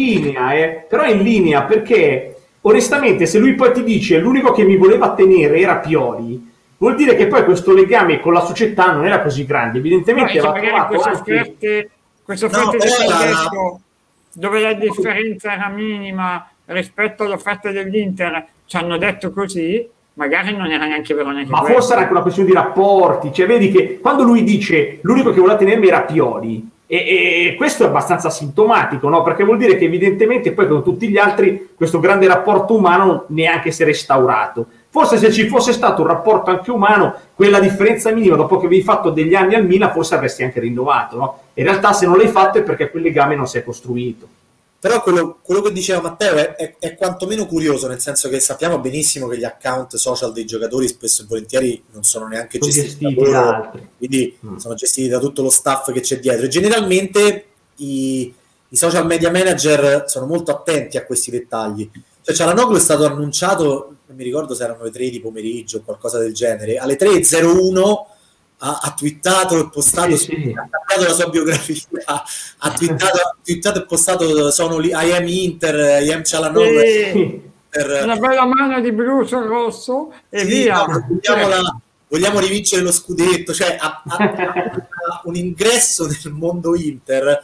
è in linea perché onestamente se lui poi ti dice l'unico che mi voleva tenere era Pioli, vuol dire che poi questo legame con la società non era così grande, evidentemente aveva trovato queste offerte detto, dove la differenza era minima rispetto all'offerta dell'Inter, ci hanno detto così, magari non era neanche vero neanche ma questo. Forse era anche una questione di rapporti, cioè vedi che quando lui dice l'unico che voleva tenermi era Pioli e questo è abbastanza sintomatico, no? Perché vuol dire che evidentemente poi con tutti gli altri questo grande rapporto umano neanche si è restaurato. Forse se ci fosse stato un rapporto anche umano, quella differenza minima dopo che avevi fatto degli anni al Milan forse avresti anche rinnovato, no? In realtà se non l'hai fatto è perché quel legame non si è costruito. Però quello che diceva Matteo è quantomeno curioso, nel senso che sappiamo benissimo che gli account social dei giocatori spesso e volentieri non sono neanche gestiti da altri, quindi sono gestiti da tutto lo staff che c'è dietro e generalmente i social media manager sono molto attenti a questi dettagli. Cioè Cialanoglu è stato annunciato, non mi ricordo se erano le 3 di pomeriggio o qualcosa del genere, alle 3:01 ha twittato e postato, ha cambiato la sua biografia, ha twittato e postato sono lì, I am Inter, I am Cialanoglu, una bella mano di blu sul rosso e via. Vogliamo rivincere lo scudetto, cioè ha un ingresso nel mondo Inter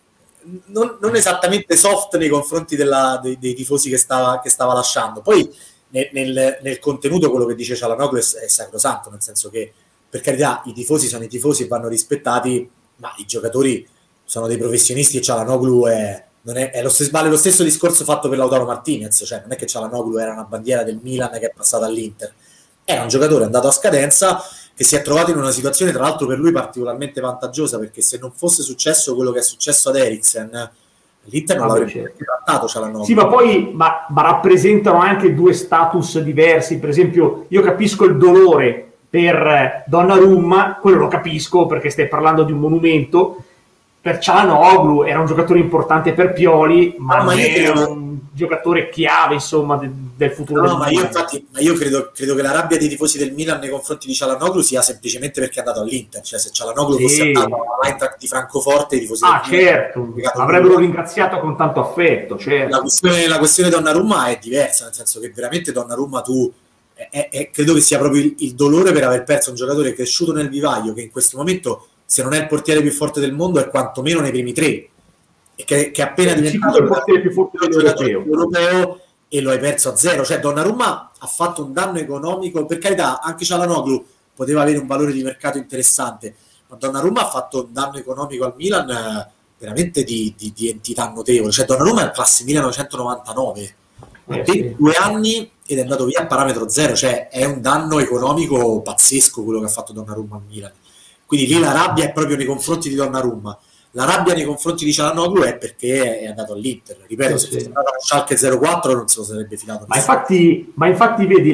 non esattamente soft nei confronti dei tifosi che stava lasciando. Poi nel contenuto quello che dice Cialanoglu è sacrosanto, nel senso che per carità i tifosi sono i tifosi e vanno rispettati, ma i giocatori sono dei professionisti e Cialanoglu vale lo stesso discorso fatto per Lautaro Martinez, cioè non è che Cialanoglu era una bandiera del Milan che è passata all'Inter, era un giocatore andato a scadenza che si è trovato in una situazione tra l'altro per lui particolarmente vantaggiosa, perché se non fosse successo quello che è successo ad Eriksen l'Inter non l'avrebbe trattato Cialanoglu. Sì, ma poi ma rappresentano anche due status diversi. Per esempio io capisco il dolore per Donnarumma, quello lo capisco perché stai parlando di un monumento. Per Cialanoglu era un giocatore importante per Pioli, ma non è un giocatore chiave insomma del futuro del Milan. Ma io credo che la rabbia dei tifosi del Milan nei confronti di Cialanoglu sia semplicemente perché è andato all'Inter, cioè se Cialanoglu fosse andato all'Eintracht di Francoforte i tifosi del certo, l'avrebbero ringraziato con tanto affetto, certo. La questione Donnarumma è diversa, nel senso che veramente Donnarumma credo che sia proprio il dolore per aver perso un giocatore cresciuto nel vivaio, che in questo momento se non è il portiere più forte del mondo è quantomeno nei primi 3 e che è appena diventato il portiere più forte dell'europeo e lo hai perso a 0. Cioè Donnarumma ha fatto un danno economico, per carità anche Cialanoglu poteva avere un valore di mercato interessante, ma Donnarumma ha fatto un danno economico al Milan veramente di entità notevole. Cioè Donnarumma è il classe 1999, ha 22 anni ed è andato via a parametro 0, cioè è un danno economico pazzesco quello che ha fatto Donnarumma al Milan. Quindi lì la rabbia è proprio nei confronti di Donnarumma. La rabbia nei confronti di Cialanoglu è perché è andato all'Inter. Ripeto, se fosse andato a Schalke 04 non se lo sarebbe filato. Ma infatti vedi,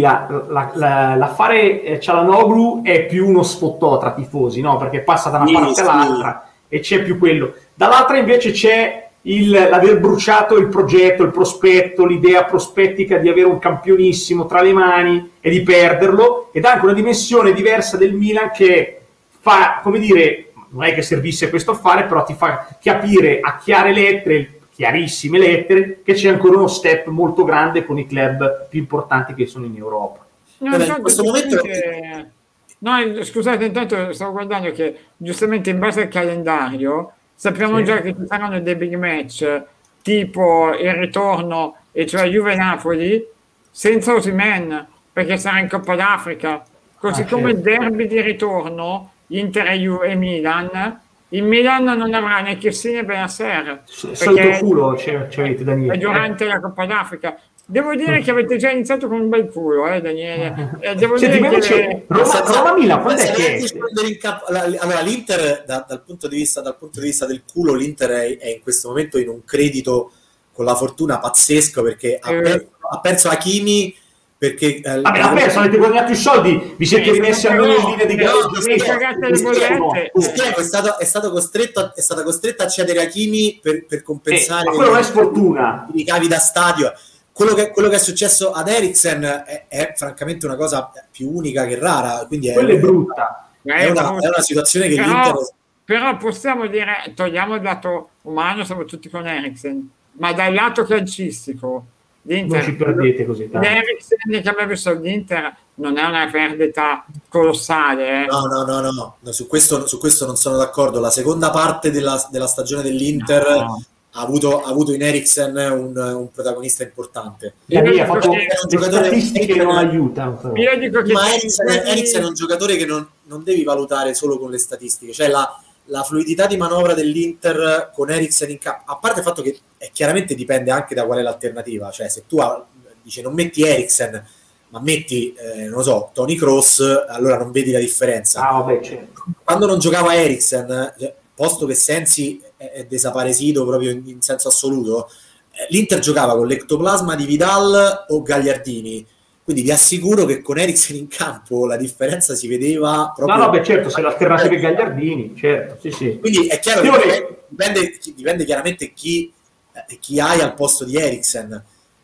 l'affare Cialanoglu è più uno sfottò tra tifosi, no? Perché passa da una parte all'altra e c'è più quello. Dall'altra invece c'è l'aver bruciato il progetto, il prospetto, l'idea prospettica di avere un campionissimo tra le mani e di perderlo, ed anche una dimensione diversa del Milan che fa, come dire, non è che servisse questo affare, però ti fa capire a chiarissime lettere, che c'è ancora uno step molto grande con i club più importanti che sono in Europa. No, Vabbè, in intanto, questo momento no, scusate, intanto stavo guardando che giustamente in base al calendario sappiamo Sì. già che ci saranno dei big match tipo il ritorno, e cioè Juve-Napoli, senza Osimhen, perché sarà in Coppa d'Africa, così come il certo. derby di ritorno, Inter e Milan. Il Milan non avrà né Chiellini né Benasser, Solito perché culo c'avete, è Daniele. durante la Coppa d'Africa. Devo dire che avete già iniziato con un bel culo, Daniele. Devo Senti, dire ma che invece Roma-Milan, quando è senza che neanche scendere in campo. Allora, l'Inter dal punto di vista del culo, l'Inter è in questo momento in un credito con la fortuna pazzesco, perché ha perso Hakimi, perché Vabbè, l'ha perso, avete guadagnato i soldi, vi siete rimessi almeno in linea di mi cagate le bollette. Spiego, è stata costretta a cedere Hakimi per compensare ma quello non è sfortuna. i ricavi da stadio. Quello che è successo ad Eriksen è francamente una cosa più unica che rara, quindi Quella è brutta. è una situazione che l'Inter... Però possiamo dire, togliamo il lato umano, siamo tutti con Eriksen, ma dal lato calcistico l'Inter, Non ci perdete così tanto. l'Eriksen che aveva visto l'Inter non è una perdita colossale. No, su questo non sono d'accordo. La seconda parte della stagione dell'Inter ha avuto in Eriksen un protagonista importante. Ha fatto le statistiche che non aiuta. Io dico che Ma Eriksen è un giocatore che non devi valutare solo con le statistiche, cioè la fluidità di manovra dell'Inter con Eriksen in campo, a parte il fatto che chiaramente dipende anche da qual è l'alternativa, cioè se tu dici non metti Eriksen ma metti, non lo so, Toni Kroos, allora non vedi la differenza. Vabbè, certo. Quando non giocava Eriksen, posto che Sensi è desaparecido proprio in senso assoluto, l'Inter giocava con l'ectoplasma di Vidal o Gagliardini, quindi vi assicuro che con Eriksen in campo la differenza si vedeva proprio... No, certo, se l'alternativa è Gagliardini, certo, sì. Quindi è chiaro che dipende chiaramente chi hai al posto di Eriksen,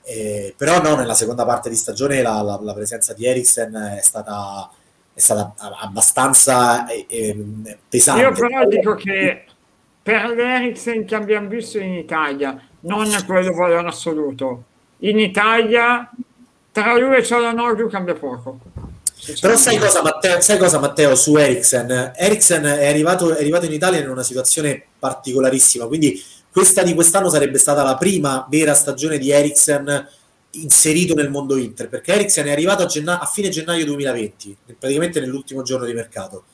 però no, nella seconda parte di stagione la presenza di Eriksen è stata abbastanza pesante. Io però dico che per l'Eriksen che abbiamo visto in Italia, non quello valore assoluto, in Italia tra lui e Çalhanoğlu cambia poco. Però sai cosa Matteo su Eriksen? Eriksen è arrivato in Italia in una situazione particolarissima, quindi questa di quest'anno sarebbe stata la prima vera stagione di Eriksen inserito nel mondo Inter, perché Eriksen è arrivato a fine gennaio 2020, praticamente nell'ultimo giorno di mercato.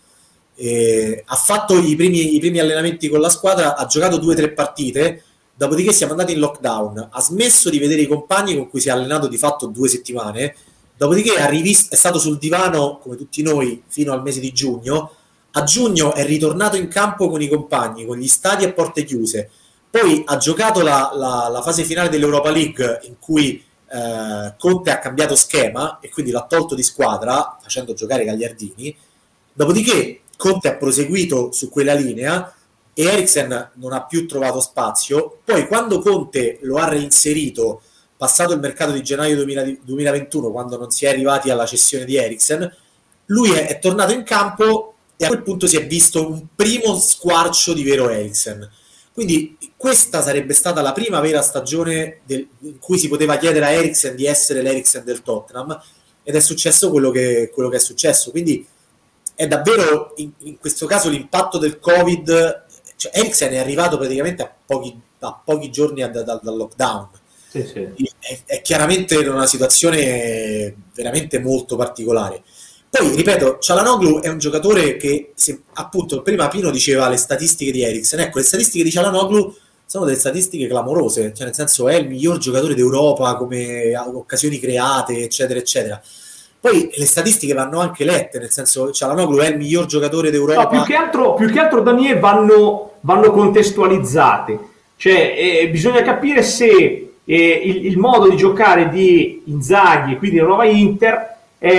Ha fatto i primi allenamenti con la squadra, ha giocato 2 o 3 partite, dopodiché siamo andati in lockdown, ha smesso di vedere i compagni con cui si è allenato di fatto 2 settimane, dopodiché è stato sul divano come tutti noi fino al mese di giugno. A giugno è ritornato in campo con i compagni, con gli stadi a porte chiuse, poi ha giocato la fase finale dell'Europa League in cui Conte ha cambiato schema e quindi l'ha tolto di squadra facendo giocare Gagliardini, dopodiché Conte ha proseguito su quella linea e Eriksen non ha più trovato spazio. Poi quando Conte lo ha reinserito passato il mercato di gennaio 2021, quando non si è arrivati alla cessione di Eriksen, lui è tornato in campo e a quel punto si è visto un primo squarcio di vero Eriksen. Quindi questa sarebbe stata la prima vera stagione in cui si poteva chiedere a Eriksen di essere l'Eriksen del Tottenham, ed è successo quello che è successo. Quindi è davvero in questo caso l'impatto del Covid, cioè Eriksen è arrivato praticamente a pochi giorni dal lockdown. Sì. È chiaramente in una situazione veramente molto particolare. Poi, ripeto, Çalhanoğlu è un giocatore che, appunto, prima Pino diceva le statistiche di Eriksen. Ecco, le statistiche di Çalhanoğlu sono delle statistiche clamorose, cioè nel senso è il miglior giocatore d'Europa come occasioni create, eccetera, eccetera. Poi le statistiche vanno anche lette, nel senso Çalhanoğlu è il miglior giocatore d'Europa. No, più che altro Daniele, vanno contestualizzate. Cioè, bisogna capire se il modo di giocare di Inzaghi e quindi la nuova Inter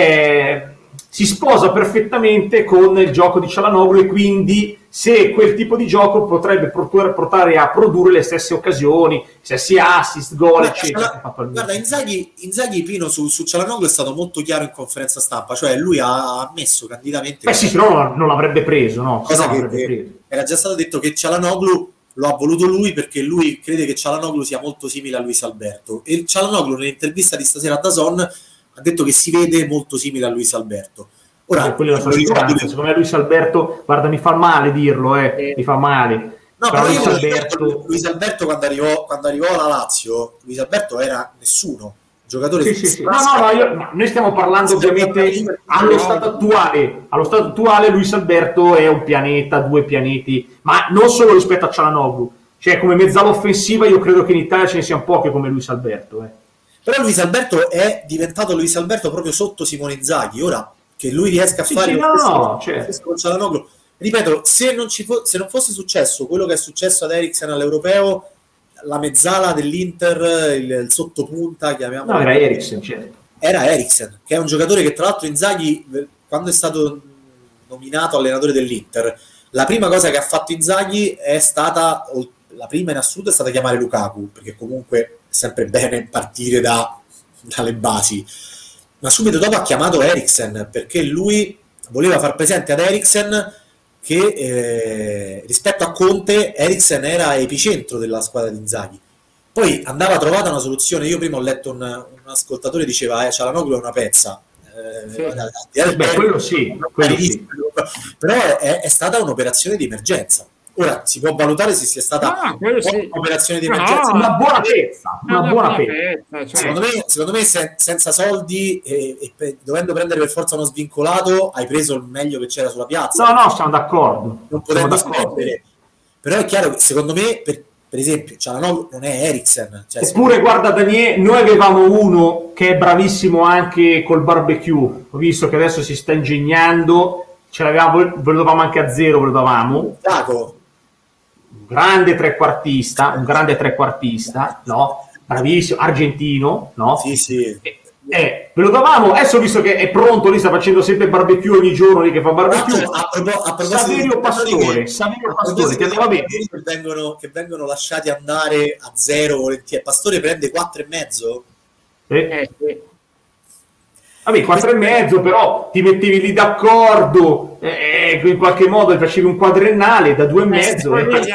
si sposa perfettamente con il gioco di Çalhanoğlu, e quindi se quel tipo di gioco potrebbe portare a produrre le stesse occasioni, stessi assist, gol, eccetera. Guarda, Inzaghi Pino su Çalhanoğlu è stato molto chiaro in conferenza stampa, cioè lui ha ammesso candidamente sì, però non l'avrebbe preso, no? Cosa che era già stato detto, che Çalhanoğlu lo ha voluto lui perché lui crede che Çalhanoğlu sia molto simile a Luis Alberto, e Çalhanoğlu nell'intervista di stasera a DAZN ha ha detto che si vede molto simile a Luis Alberto. Ora, quella è la sua speranza. Secondo me Luis Alberto, guarda, mi fa male dirlo, mi fa male. No, però Luis Alberto quando arrivò alla Lazio, Luis Alberto era nessuno. Giocatore sì. No, noi stiamo parlando ovviamente allo stato attuale. Allo stato attuale Luis Alberto è un pianeta, 2 pianeti, ma non solo rispetto a Çalhanoğlu. Cioè, come mezzala offensiva io credo che in Italia ce ne siano poche come Luis Alberto. Però Luis Alberto è diventato Luis Alberto proprio sotto Simone Inzaghi. Ora che lui riesca a fare certo. con Çalhanoğlu, ripeto, se non fosse successo quello che è successo ad Eriksen all'Europeo, la mezzala dell'Inter, il sottopunta, chiamiamolo. No, era Eriksen, certo. Era Eriksen, che è un giocatore che tra l'altro Inzaghi, quando è stato nominato allenatore dell'Inter, la prima cosa che ha fatto Inzaghi è stata, la prima in assoluto è stata chiamare Lukaku, perché comunque è sempre bene partire dalle basi. Ma subito dopo ha chiamato Eriksen, perché lui voleva far presente ad Eriksen che rispetto a Conte Eriksen era epicentro della squadra di Inzaghi. Poi andava trovata una soluzione. Io prima ho letto un ascoltatore diceva Çalhanoğlu è una pezza, quello sì. Però è stata un'operazione di emergenza. Ora si può valutare se sia stata un'operazione di emergenza, una buona pezza. Cioè. Secondo me senza soldi e dovendo prendere per forza uno svincolato hai preso il meglio che c'era sulla piazza. No, siamo d'accordo. Non potendo spendere. Però è chiaro che secondo me per esempio Çalhanoğlu non è Eriksen. Eppure guarda Daniele, noi avevamo uno che è bravissimo anche col barbecue. Ho visto che adesso si sta ingegnando. Ce l'avevamo, ve lo davamo anche a zero, ve lo davamo. Un grande trequartista, no? Bravissimo, argentino, no? Sì. Ve lo davamo, adesso visto che è pronto, lì sta facendo sempre barbecue ogni giorno, lì che fa barbecue. Saverio Pastore, che andava bene. Che vengono lasciati andare a zero volentieri. Pastore prende 4,5? Sì. Vabbè, 4,5, però ti mettevi lì d'accordo, in qualche modo facevi un quadrennale da 2,5.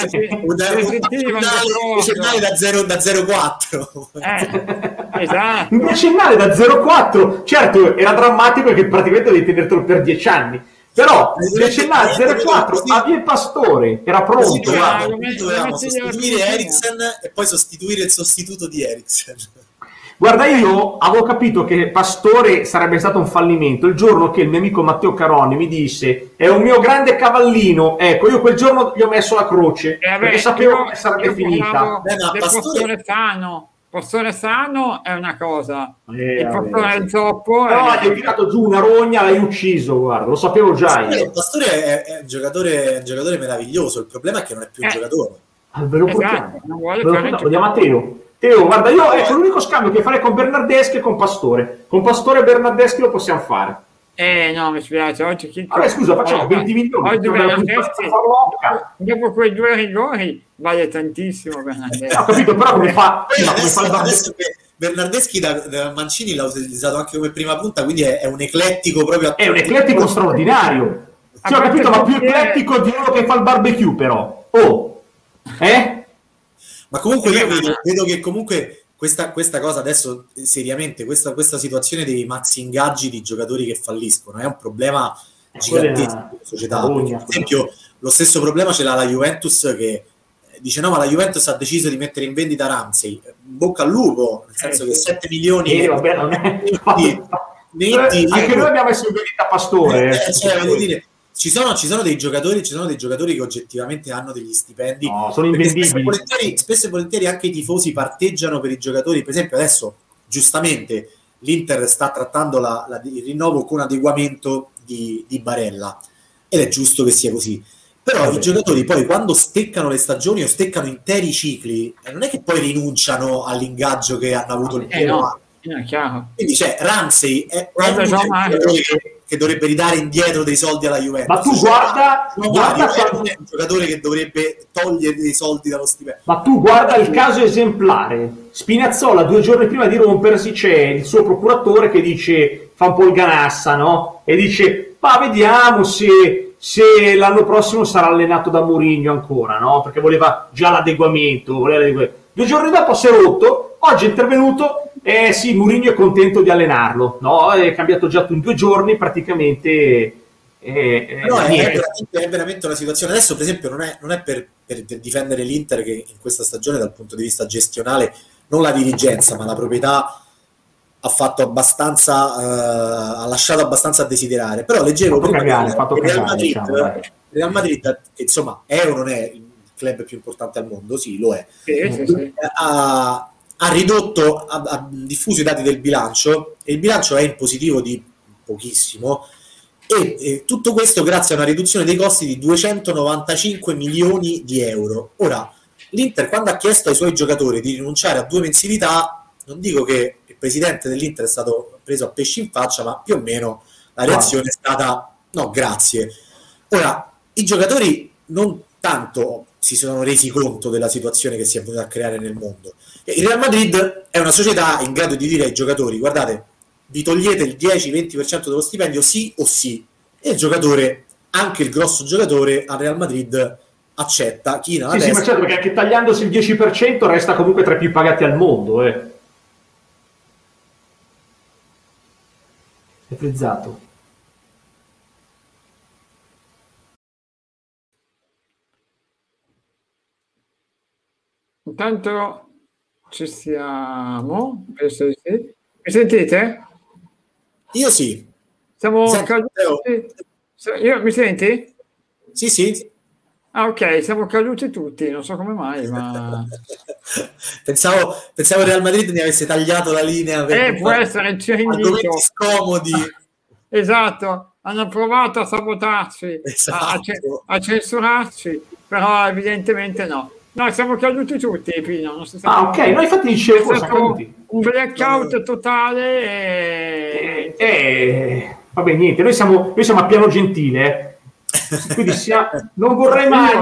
Un da 0,4. Esatto. Un decennale da 0,4, certo era drammatico perché praticamente devi tenertelo per 10 anni. Però il decennale 0,4 Javier Pastore era pronto. Dovevamo sostituire Eriksen e poi sostituire il sostituto di Eriksen. Guarda, io avevo capito che Pastore sarebbe stato un fallimento il giorno che il mio amico Matteo Caroni mi disse è un mio grande cavallino, ecco, io quel giorno gli ho messo la croce perché sapevo che sarebbe finita. Pastore sano è una cosa, il pastore del zoppo no, gli hai tirato giù una rogna, l'hai ucciso, guarda, lo sapevo già io. Il Pastore è un giocatore meraviglioso, il problema è che non è più un giocatore. Ve lo portiamo, vediamo a Teo, guarda, io ecco l'unico scambio che farei con Bernardeschi e con Pastore. Con Pastore e Bernardeschi lo possiamo fare. No, mi spiace, oggi vabbè, scusa, facciamo 20 milioni. Oggi dopo quei 2 rigori vale tantissimo Bernardeschi. Ho capito, però come fa adesso che Bernardeschi da Mancini l'ha utilizzato anche come prima punta, quindi è un eclettico proprio. È un eclettico straordinario. Ho capito, ma più eclettico di uno che fa il barbecue, però. Ma comunque io vedo che comunque questa cosa adesso seriamente, questa situazione dei maxi ingaggi di giocatori che falliscono è un problema gigantesco della società. Per esempio lo stesso problema ce l'ha la Juventus, che dice no, ma la Juventus ha deciso di mettere in vendita Ramsey. Bocca al lupo, nel senso che 7 milioni vabbè, non è... anche noi abbiamo messo in vendita Pastore. Voglio dire, ci sono dei giocatori che oggettivamente hanno degli stipendi, sono invendibili. Spesso e volentieri anche i tifosi parteggiano per i giocatori. Per esempio adesso giustamente l'Inter sta trattando il rinnovo con adeguamento di Barella ed è giusto che sia così, però i giocatori poi quando steccano le stagioni o steccano interi cicli non è che poi rinunciano all'ingaggio che hanno avuto il primo anno. Quindi Ramsey è un giocatore che dovrebbe ridare indietro dei soldi alla Juventus. Ma tu guarda è un giocatore che dovrebbe togliere dei soldi dallo stipendio. Ma tu guarda il caso esemplare. Spinazzola 2 giorni prima di rompersi c'è il suo procuratore che dice, fa un po' il ganassa, no? E dice, ma vediamo se l'anno prossimo sarà allenato da Mourinho ancora, no? Perché voleva già l'adeguamento. 2 giorni dopo si è rotto, oggi è intervenuto, Sì, Mourinho è contento di allenarlo, no? È cambiato già in 2 giorni praticamente. No, è veramente una situazione. Adesso, per esempio, non è per difendere l'Inter, che in questa stagione, dal punto di vista gestionale, non la dirigenza, ma la proprietà ha fatto abbastanza, ha lasciato abbastanza a desiderare. Però leggevo prima che Real Madrid, che insomma è o non è il club più importante al mondo? Sì, lo è. Sì. Ha ridotto, ha diffuso i dati del bilancio, e il bilancio è in positivo di pochissimo, e tutto questo grazie a una riduzione dei costi di 295 milioni di euro. Ora, l'Inter, quando ha chiesto ai suoi giocatori di rinunciare a 2 mensilità, non dico che il presidente dell'Inter è stato preso a pesci in faccia, ma più o meno la reazione è stata no, grazie. Ora, i giocatori non tanto si sono resi conto della situazione che si è venuta a creare nel mondo. Il Real Madrid è una società in grado di dire ai giocatori: guardate, vi togliete il 10-20% dello stipendio sì o sì, e il giocatore, anche il grosso giocatore al Real Madrid, accetta. Chi non sì, ma certo, perché anche tagliandosi il 10% resta comunque tra i più pagati al mondo. È frizzato. Intanto ci siamo. Penso di sì. Mi sentite? Io sì. Siamo caduti. Mi senti? Sì. Ah, ok, siamo caduti tutti, non so come mai, ma... pensavo Real Madrid mi avesse tagliato la linea per può essere, c'è argomenti scomodi. Esatto, hanno provato a sabotarci, esatto. a censurarci, però evidentemente no. No, siamo caduti tutti, Pino. Non ok, noi infatti dicevo un blackout totale vabbè, niente, noi siamo a Piano Gentile, quindi non vorrei mai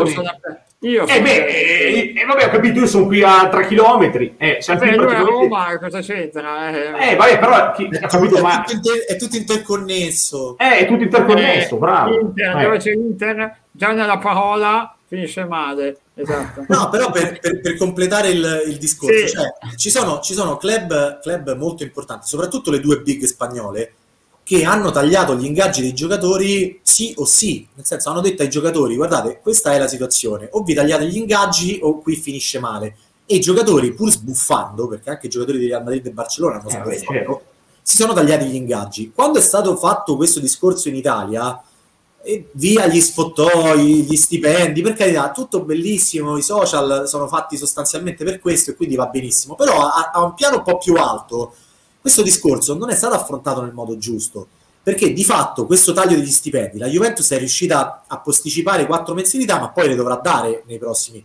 vabbè, ho capito, io sono qui a 3 chilometri. Lui a Roma, cosa c'entra? Vabbè, però ha capito, è tutto interconnesso. È tutto interconnesso, bravo. Dove c'è Inter, già nella parola finisce male. Esatto. No, però per completare il discorso, sì. Cioè, ci sono club molto importanti, soprattutto le 2 big spagnole, che hanno tagliato gli ingaggi dei giocatori sì o sì, nel senso hanno detto ai giocatori: guardate, questa è la situazione, o vi tagliate gli ingaggi o qui finisce male. E i giocatori, pur sbuffando, perché anche i giocatori di Real Madrid e Barcellona hanno sbuffato, si sono tagliati gli ingaggi. Quando è stato fatto questo discorso in Italia, e via gli sfottoi, gli stipendi, per carità, tutto bellissimo, i social sono fatti sostanzialmente per questo e quindi va benissimo, però a un piano un po' più alto questo discorso non è stato affrontato nel modo giusto, perché di fatto questo taglio degli stipendi, la Juventus è riuscita a posticipare 4 mensilità, ma poi le dovrà dare nei prossimi.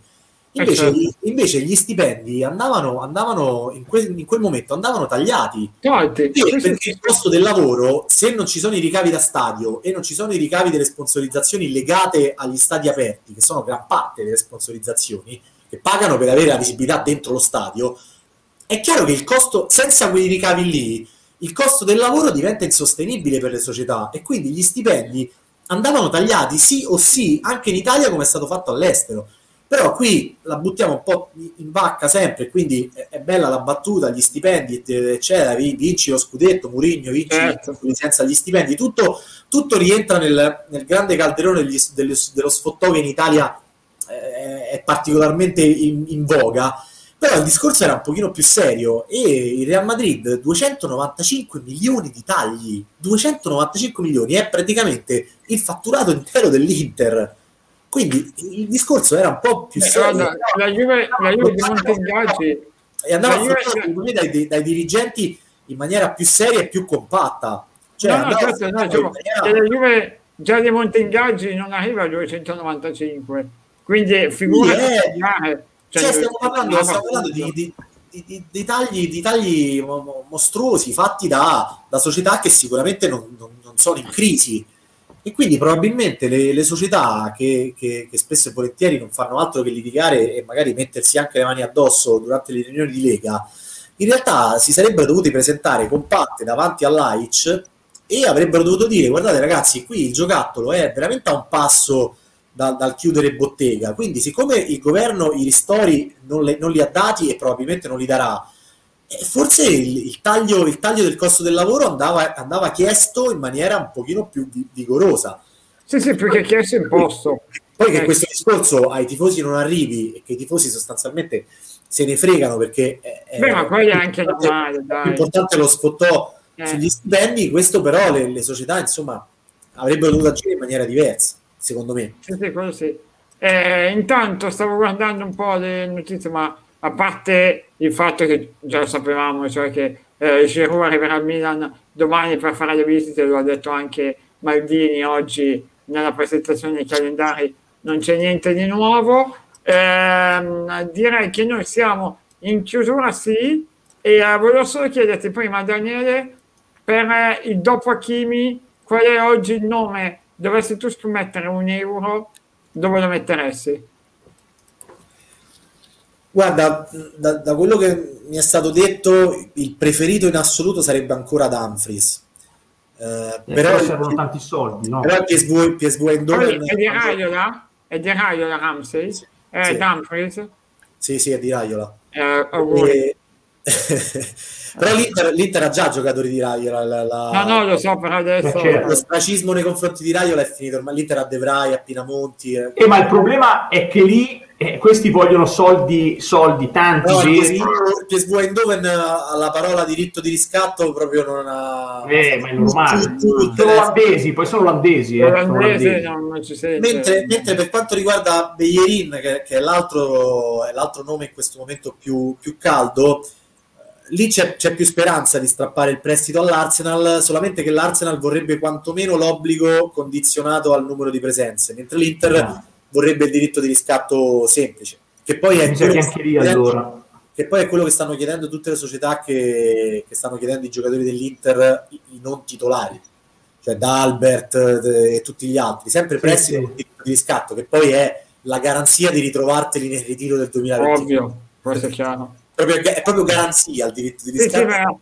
Invece gli stipendi andavano in quel momento andavano tagliati, perché il costo del lavoro, se non ci sono i ricavi da stadio e non ci sono i ricavi delle sponsorizzazioni legate agli stadi aperti, che sono gran parte delle sponsorizzazioni che pagano per avere la visibilità dentro lo stadio, è chiaro che il costo, senza quei ricavi lì, il costo del lavoro diventa insostenibile per le società, e quindi gli stipendi andavano tagliati sì o sì, anche in Italia, come è stato fatto all'estero. Però qui la buttiamo un po' in vacca sempre, quindi è bella la battuta, gli stipendi, eccetera, vinci lo scudetto, Mourinho vinci senza gli stipendi, tutto rientra nel grande calderone dello sfottò che in Italia è particolarmente in voga. Però il discorso era un pochino più serio, e il Real Madrid 295 milioni di tagli, 295 milioni è praticamente il fatturato intero dell'Inter. Quindi il discorso era un po' più serio. La Juve di Montegaggi e andava affrontato dai dirigenti in maniera più seria e più compatta. La Juve già di Montegaggi non arriva a 295, quindi figura stiamo parlando di tagli mostruosi fatti da società che sicuramente non sono in crisi. E quindi probabilmente le società che spesso e volentieri non fanno altro che litigare e magari mettersi anche le mani addosso durante le riunioni di Lega, in realtà si sarebbero dovuti presentare compatte davanti all'AIC e avrebbero dovuto dire: guardate ragazzi, qui il giocattolo è veramente a un passo dal chiudere bottega, quindi siccome il governo i ristori non li ha dati e probabilmente non li darà, forse il taglio del costo del lavoro andava chiesto in maniera un pochino più vigorosa. Sì, perché chiesto imposto. Poi che questo discorso ai tifosi non arrivi e che i tifosi sostanzialmente se ne fregano perché ma poi è anche normale, l'importante è lo sfottò sugli stipendi, questo però le società insomma avrebbero dovuto agire in maniera diversa, secondo me. Sì, quello sì. Intanto stavo guardando un po' le notizie, ma a parte il fatto che già lo sapevamo, cioè che Giroud arriverà al Milan domani per fare le visite, lo ha detto anche Maldini oggi nella presentazione dei calendari, non c'è niente di nuovo. Direi che noi siamo in chiusura, sì, e volevo solo chiederti prima, Daniele, per il dopo Hakimi, qual è oggi il nome? Dovessi tu scommettere €1, dove lo metteresti? Guarda, da quello che mi è stato detto, il preferito in assoluto sarebbe ancora Dumfries. Però servono tanti soldi, no? Però PSV Eindhoven È di Raiola Ramsey? Sì. Dumfries? Sì, è di Raiola. Però l'Inter ha già giocatori di Raiola. No, lo so, per adesso lo stracismo nei confronti di Raiola è finito, ma l'Inter ha De Vrij, a Pinamonti. Ma il problema è che lì questi vogliono soldi tanti, veri. PSV Eindhoven alla parola diritto di riscatto proprio non ha... ma è normale. Sono olandesi, poi sono olandesi. Non ci sei. Mentre per quanto riguarda Bellerin, che è l'altro nome in questo momento più caldo, lì c'è più speranza di strappare il prestito all'Arsenal, solamente che l'Arsenal vorrebbe quantomeno l'obbligo condizionato al numero di presenze, mentre l'Inter vorrebbe il diritto di riscatto semplice, che poi è quello che stanno chiedendo tutte le società che stanno chiedendo i giocatori dell'Inter, i non titolari, cioè da Albert e tutti gli altri, sempre prestito con diritto di riscatto, che poi è la garanzia di ritrovarteli nel ritiro del 2020. Ovvio, questo è chiaro. È proprio garanzia il diritto di riscatto.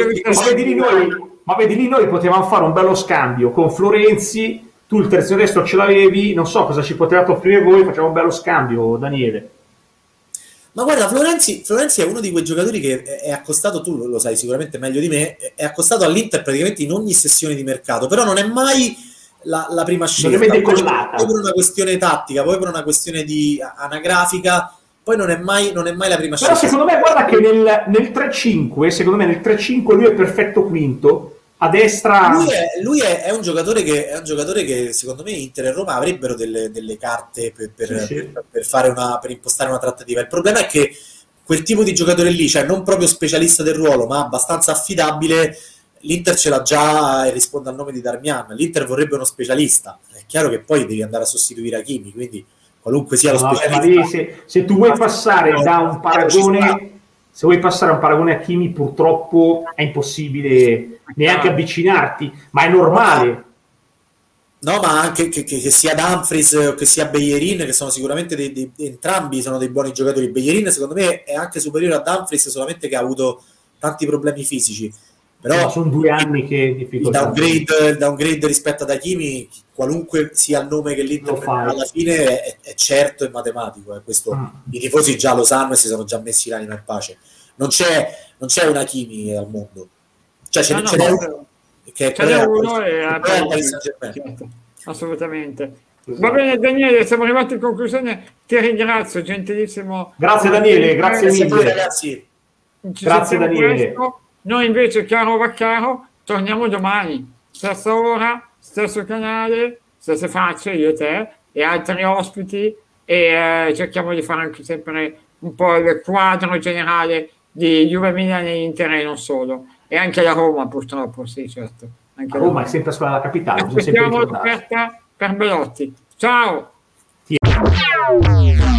Ma vedi lì noi potevamo fare un bello scambio con Florenzi, tu il terzo destro ce l'avevi, non so cosa ci potevate offrire voi, facciamo un bello scambio, Daniele. Ma guarda, Florenzi è uno di quei giocatori che è accostato, tu lo sai sicuramente meglio di me, è accostato all'Inter praticamente in ogni sessione di mercato, però non è mai la prima scelta, poi per una questione tattica, poi per una questione di anagrafica, poi non è mai la prima scelta. Però secondo me guarda che nel 3-5 lui è perfetto quinto, a destra lui è un giocatore che secondo me Inter e Roma avrebbero delle carte per impostare una trattativa. Il problema è che quel tipo di giocatore lì, cioè non proprio specialista del ruolo ma abbastanza affidabile, l'Inter ce l'ha già e risponde al nome di Darmian. L'Inter vorrebbe uno specialista, è chiaro che poi devi andare a sostituire Hakimi, quindi qualunque sia lo specialista. Se tu vuoi passare da un paragone, se vuoi passare a un paragone a Hakimi, purtroppo è impossibile neanche avvicinarti, ma è normale. No, ma anche che sia Dumfries o che sia Bellerin, che sono sicuramente entrambi sono dei buoni giocatori. Bellerin secondo me è anche superiore a Dumfries, solamente che ha avuto tanti problemi fisici. Però sono 2 anni che difficoltà. Il downgrade rispetto ad Hakimi, qualunque sia il nome che l'Inter alla fine è certo e matematico. Questo i tifosi già lo sanno e si sono già messi l'anima in pace. Non c'è un Hakimi al mondo. Cioè ce n'è uno che è uno assolutamente. Va bene Daniele, siamo arrivati in conclusione, ti ringrazio, gentilissimo. Grazie Daniele, grazie mille ragazzi. Grazie Daniele. Noi invece, caro Vaccaro, torniamo domani, stessa ora, stesso canale, stesse facce, io e te, e altri ospiti, e cerchiamo di fare anche sempre un po' il quadro generale di Juve, Milan e Inter e non solo. E anche la Roma, purtroppo, sì, certo. Anche Roma è sempre a scuola della capitale. Aspettiamo l'offerta per Belotti. Ciao!